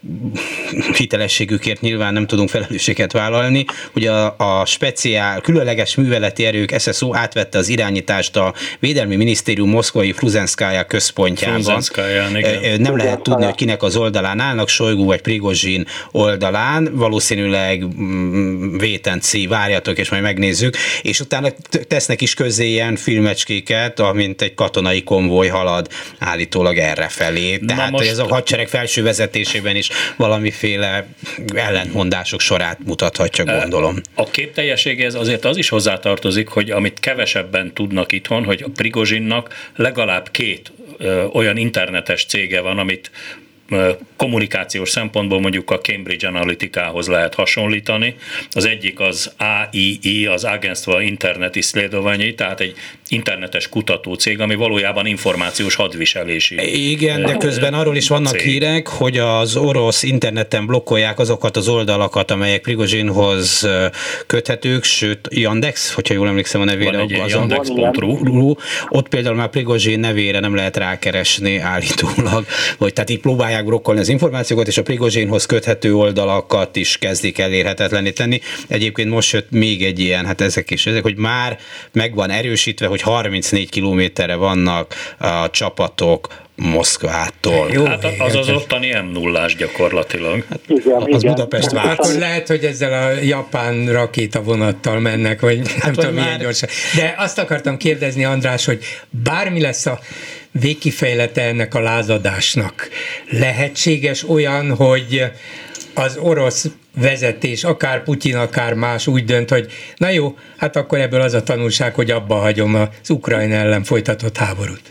hitelességükért nyilván nem tudunk felelősséget vállalni, hogy a speciál, különleges műveleti erők SSO átvette az irányítást a Védelmi Minisztérium moszkvai Fruzenszkaja központjában. Nem lehet tudni, hogy kinek az oldalán állnak, Sojgu vagy Prigozsin oldalán, valószínűleg vétenci, várjatok, és majd megnézzük, és utána tesznek is közé ilyen filmecskéket, amint egy katonai konvoj halad állítólag errefelé. Tehát ez a hadsereg felső vezetésében is valamiféle ellentmondások sorát mutathatja, gondolom. A képteljességhez azért az is hozzátartozik, hogy amit kevesebben tudnak itthon, hogy a Prigozsinnak legalább 2 olyan internetes cége van, amit kommunikációs szempontból mondjuk a Cambridge Analytica-hoz lehet hasonlítani. Az egyik az AII, az Agentstvo Internet Исследований, tehát egy internetes kutatócég, ami valójában információs hadviselési. Igen, de közben arról is vannak cég. Hírek, hogy az orosz interneten blokkolják azokat az oldalakat, amelyek Prigozsinhoz köthetők, sőt Yandex, hogyha jól emlékszem a nevére. Van egy Yandex.ru. Ott például már Prigozsin nevére nem lehet rákeresni állítólag, vagy tehát így próbálják blokkolni az információkat, és a Prigozsinhoz köthető oldalakat is kezdik elérhetetlenné tenni. Egyébként most jött még egy ilyen, hát ezek, hogy már meg van erősítve, hogy 34 kilométerre vannak a csapatok Moszkvától. Jó, hát az ottani M0-ás gyakorlatilag. Hát, az Budapest várt. Akkor lehet, hogy ezzel a japán rakétavonattal mennek, vagy nem tudom milyen gyorsan. De azt akartam kérdezni, András, hogy bármi lesz a végkifejlete ennek a lázadásnak, lehetséges olyan, hogy az orosz vezetés, akár Putyin, akár más úgy dönt, hogy na jó, hát akkor ebből az a tanulság, hogy abba hagyom az Ukrajna ellen folytatott háborút.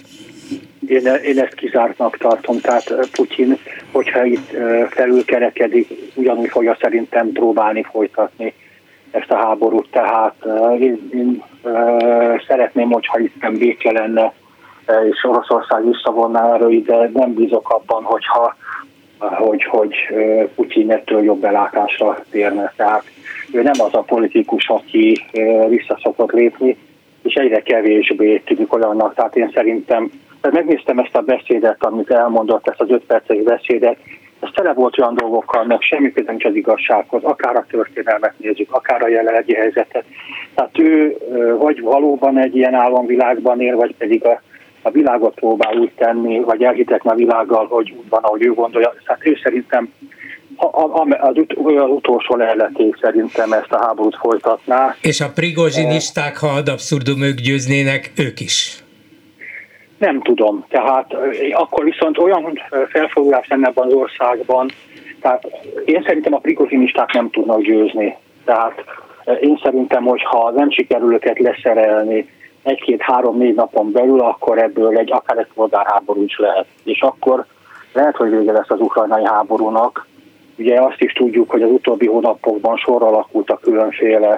Én ezt kizártnak tartom, tehát Putyin, hogyha itt felülkerekedik, ugyanúgy fogja szerintem próbálni folytatni ezt a háborút, tehát én szeretném, hogyha itt nem béke lenne, és Oroszország visszavonná erőit, de nem bízok abban, hogy Putyin ettől jobb belátásra térne. Tehát ő nem az a politikus, aki vissza szokott lépni, és egyre kevésbé tűnik olyannak. Tehát én szerintem, megnéztem ezt a beszédet, amit elmondott, ezt az 5 perces beszédet, ez tele volt olyan dolgokkal, meg semmi köze nincs az igazsághoz, akár a történelmet nézzük, akár a jelenlegi helyzetet. Tehát ő vagy valóban egy ilyen álomvilágban él, vagy pedig a világot próbál úgy tenni, vagy elhitetni a világgal, hogy úgy van, ahogy ő gondolja. Tehát ő szerintem az utolsó leheleték szerintem ezt a háborút folytatná. És a prigozsinisták, ha ad abszurdum ők győznének, ők is? Nem tudom. Tehát akkor viszont olyan felfogulás lenne ebben az országban, tehát én szerintem a prigozsinisták nem tudnak győzni. Tehát én szerintem, hogyha nem sikerül őket leszerelni 1-2-3-4 napon belül, akkor ebből akár egy polgárháború is lehet. És akkor lehet, hogy vége lesz az ukrajnai háborúnak. Ugye azt is tudjuk, hogy az utóbbi hónapokban sorra alakultak különféle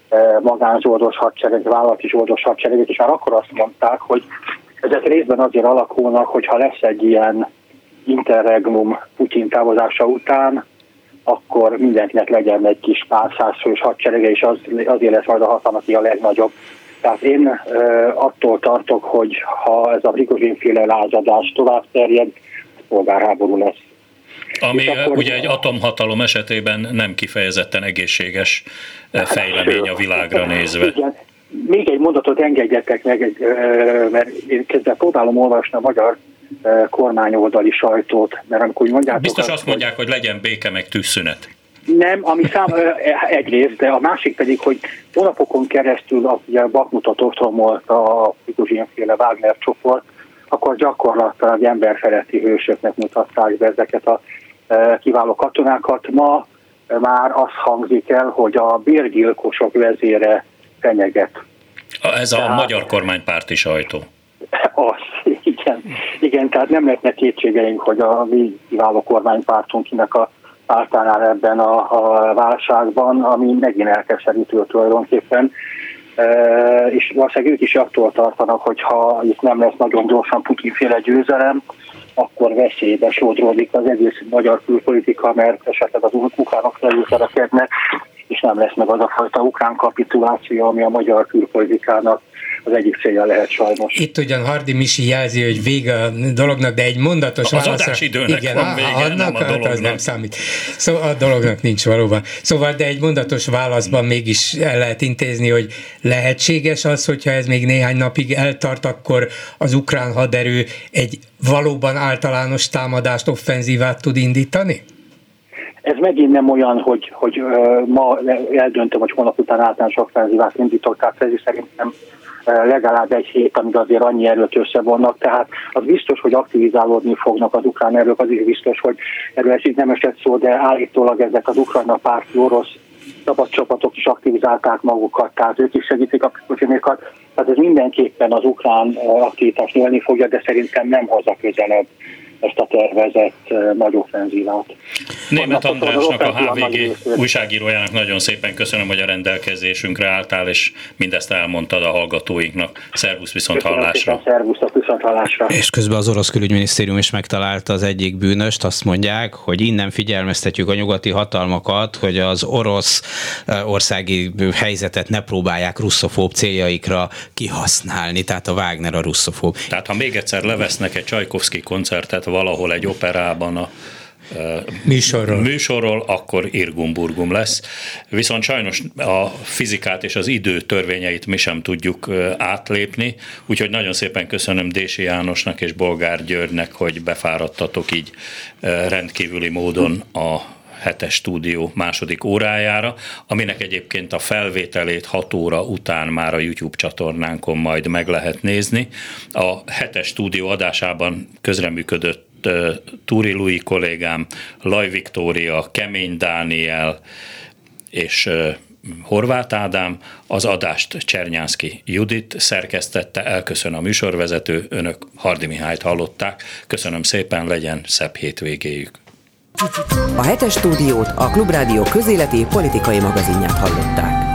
magánzsoldos hadsereg, vállalati zsoldos hadsereget, és már akkor azt mondták, hogy ezek részben azért alakulnak, hogyha lesz egy ilyen interregnum Putyin távozása után, akkor mindenkinek legyen egy kis pár százfős hadserege, és azért lesz majd a hatalmak a legnagyobb. Tehát én attól tartok, hogy ha ez a Prigozsin-féle lázadás tovább terjed, polgárháború lesz. Ami ugye egy atomhatalom esetében nem kifejezetten egészséges fejlemény a világra nézve. Igen. Még egy mondatot engedjetek meg, mert én kezdve próbálom olvasni a magyar kormányoldali sajtót, mert amikor mondjátok... Biztos azt mondják, hogy legyen béke meg tűzszünet. Nem, ami egyrészt, de a másik pedig, hogy hónapokon keresztül ugye Bakhmutot otthomolt a Prigozsin-féle Wagner csoport, akkor gyakorlatilag emberfeletti hősöknek mutatták be ezeket a kiváló katonákat. Ma már azt hangzik el, hogy a bérgyilkosok vezére fenyeget. Ez a magyar kormánypárti sajtó. Az, igen, tehát nem lehetne kétségeink, hogy a mi kiváló kormánypártunk kinek a pártánál ebben a válságban, ami megint elkeserítő tulajdonképpen. És valószínűleg ők is attól tartanak, hogy ha itt nem lesz nagyon gyorsan Putyin-féle győzelem, akkor veszélybe sodródik az egész magyar külpolitika, mert esetleg az ukránok felülkerekednek, és nem lesz meg az a fajta ukrán kapituláció, ami a magyar külpolitikának az egyik célja lehet sajnos. Itt ugyan Hardy Misi jelzi, hogy vége a dolognak, de egy mondatos válaszra... Az adásidőnek igen, van vége, nem a dolognak. Az nem számít. Szóval a dolognak nincs valóban. Szóval, de egy mondatos válaszban mégis el lehet intézni, hogy lehetséges az, hogyha ez még néhány napig eltart, akkor az ukrán haderő egy valóban általános támadást, offenzívát tud indítani? Ez megint nem olyan, hogy ma eldöntöm, hogy holnap után általános offenzívát indítok, tehát ez is szerintem legalább egy hét, amíg azért annyi erőt összevonnak, tehát az biztos, hogy aktivizálódni fognak az ukrán erők, az is biztos, hogy erről ez így nem esett szó, de állítólag ezek az ukrajna párti orosz szabadcsapatok is aktivizálták magukat, tehát ők is segítik a Putyinékat, tehát ez mindenképpen az ukrán aktivitást növelni fogja, de szerintem nem hozza közelebb ezt a tervezett nagy offenzívát. Németh Andrásnak, a HVG újságírójának nagyon szépen köszönöm, hogy a rendelkezésünkre álltál, és mindezt elmondtad a hallgatóinknak. Szervusz, viszont hallásra. Szervusztok, viszont hallásra. És közben az orosz külügyminisztérium is megtalálta az egyik bűnöst, azt mondják, hogy innen figyelmeztetjük a nyugati hatalmakat, hogy az orosz országi helyzetet ne próbálják russzofób céljaikra kihasználni, tehát a Wagner a russzofób. Tehát ha még egyszer levesznek egy Csajkovszky koncertet valahol egy operában a műsorról, akkor irgum-burgum lesz. Viszont sajnos a fizikát és az idő törvényeit mi sem tudjuk átlépni, úgyhogy nagyon szépen köszönöm Dési Jánosnak és Bolgár Györgynek, hogy befáradtatok így rendkívüli módon a hetes stúdió második órájára, aminek egyébként a felvételét 6 óra után már a YouTube csatornánkon majd meg lehet nézni. A hetes stúdió adásában közreműködött Túri Lui kollégám, Laj Viktória, Kemény Dániel és Horváth Ádám, az adást Csernyánszky Judit szerkesztette, elköszön a műsorvezető, önök Hardy Mihályt hallották, köszönöm szépen, legyen szebb hétvégéjük. A hetes stúdiót, a Klubrádió közéleti politikai magazinját hallották.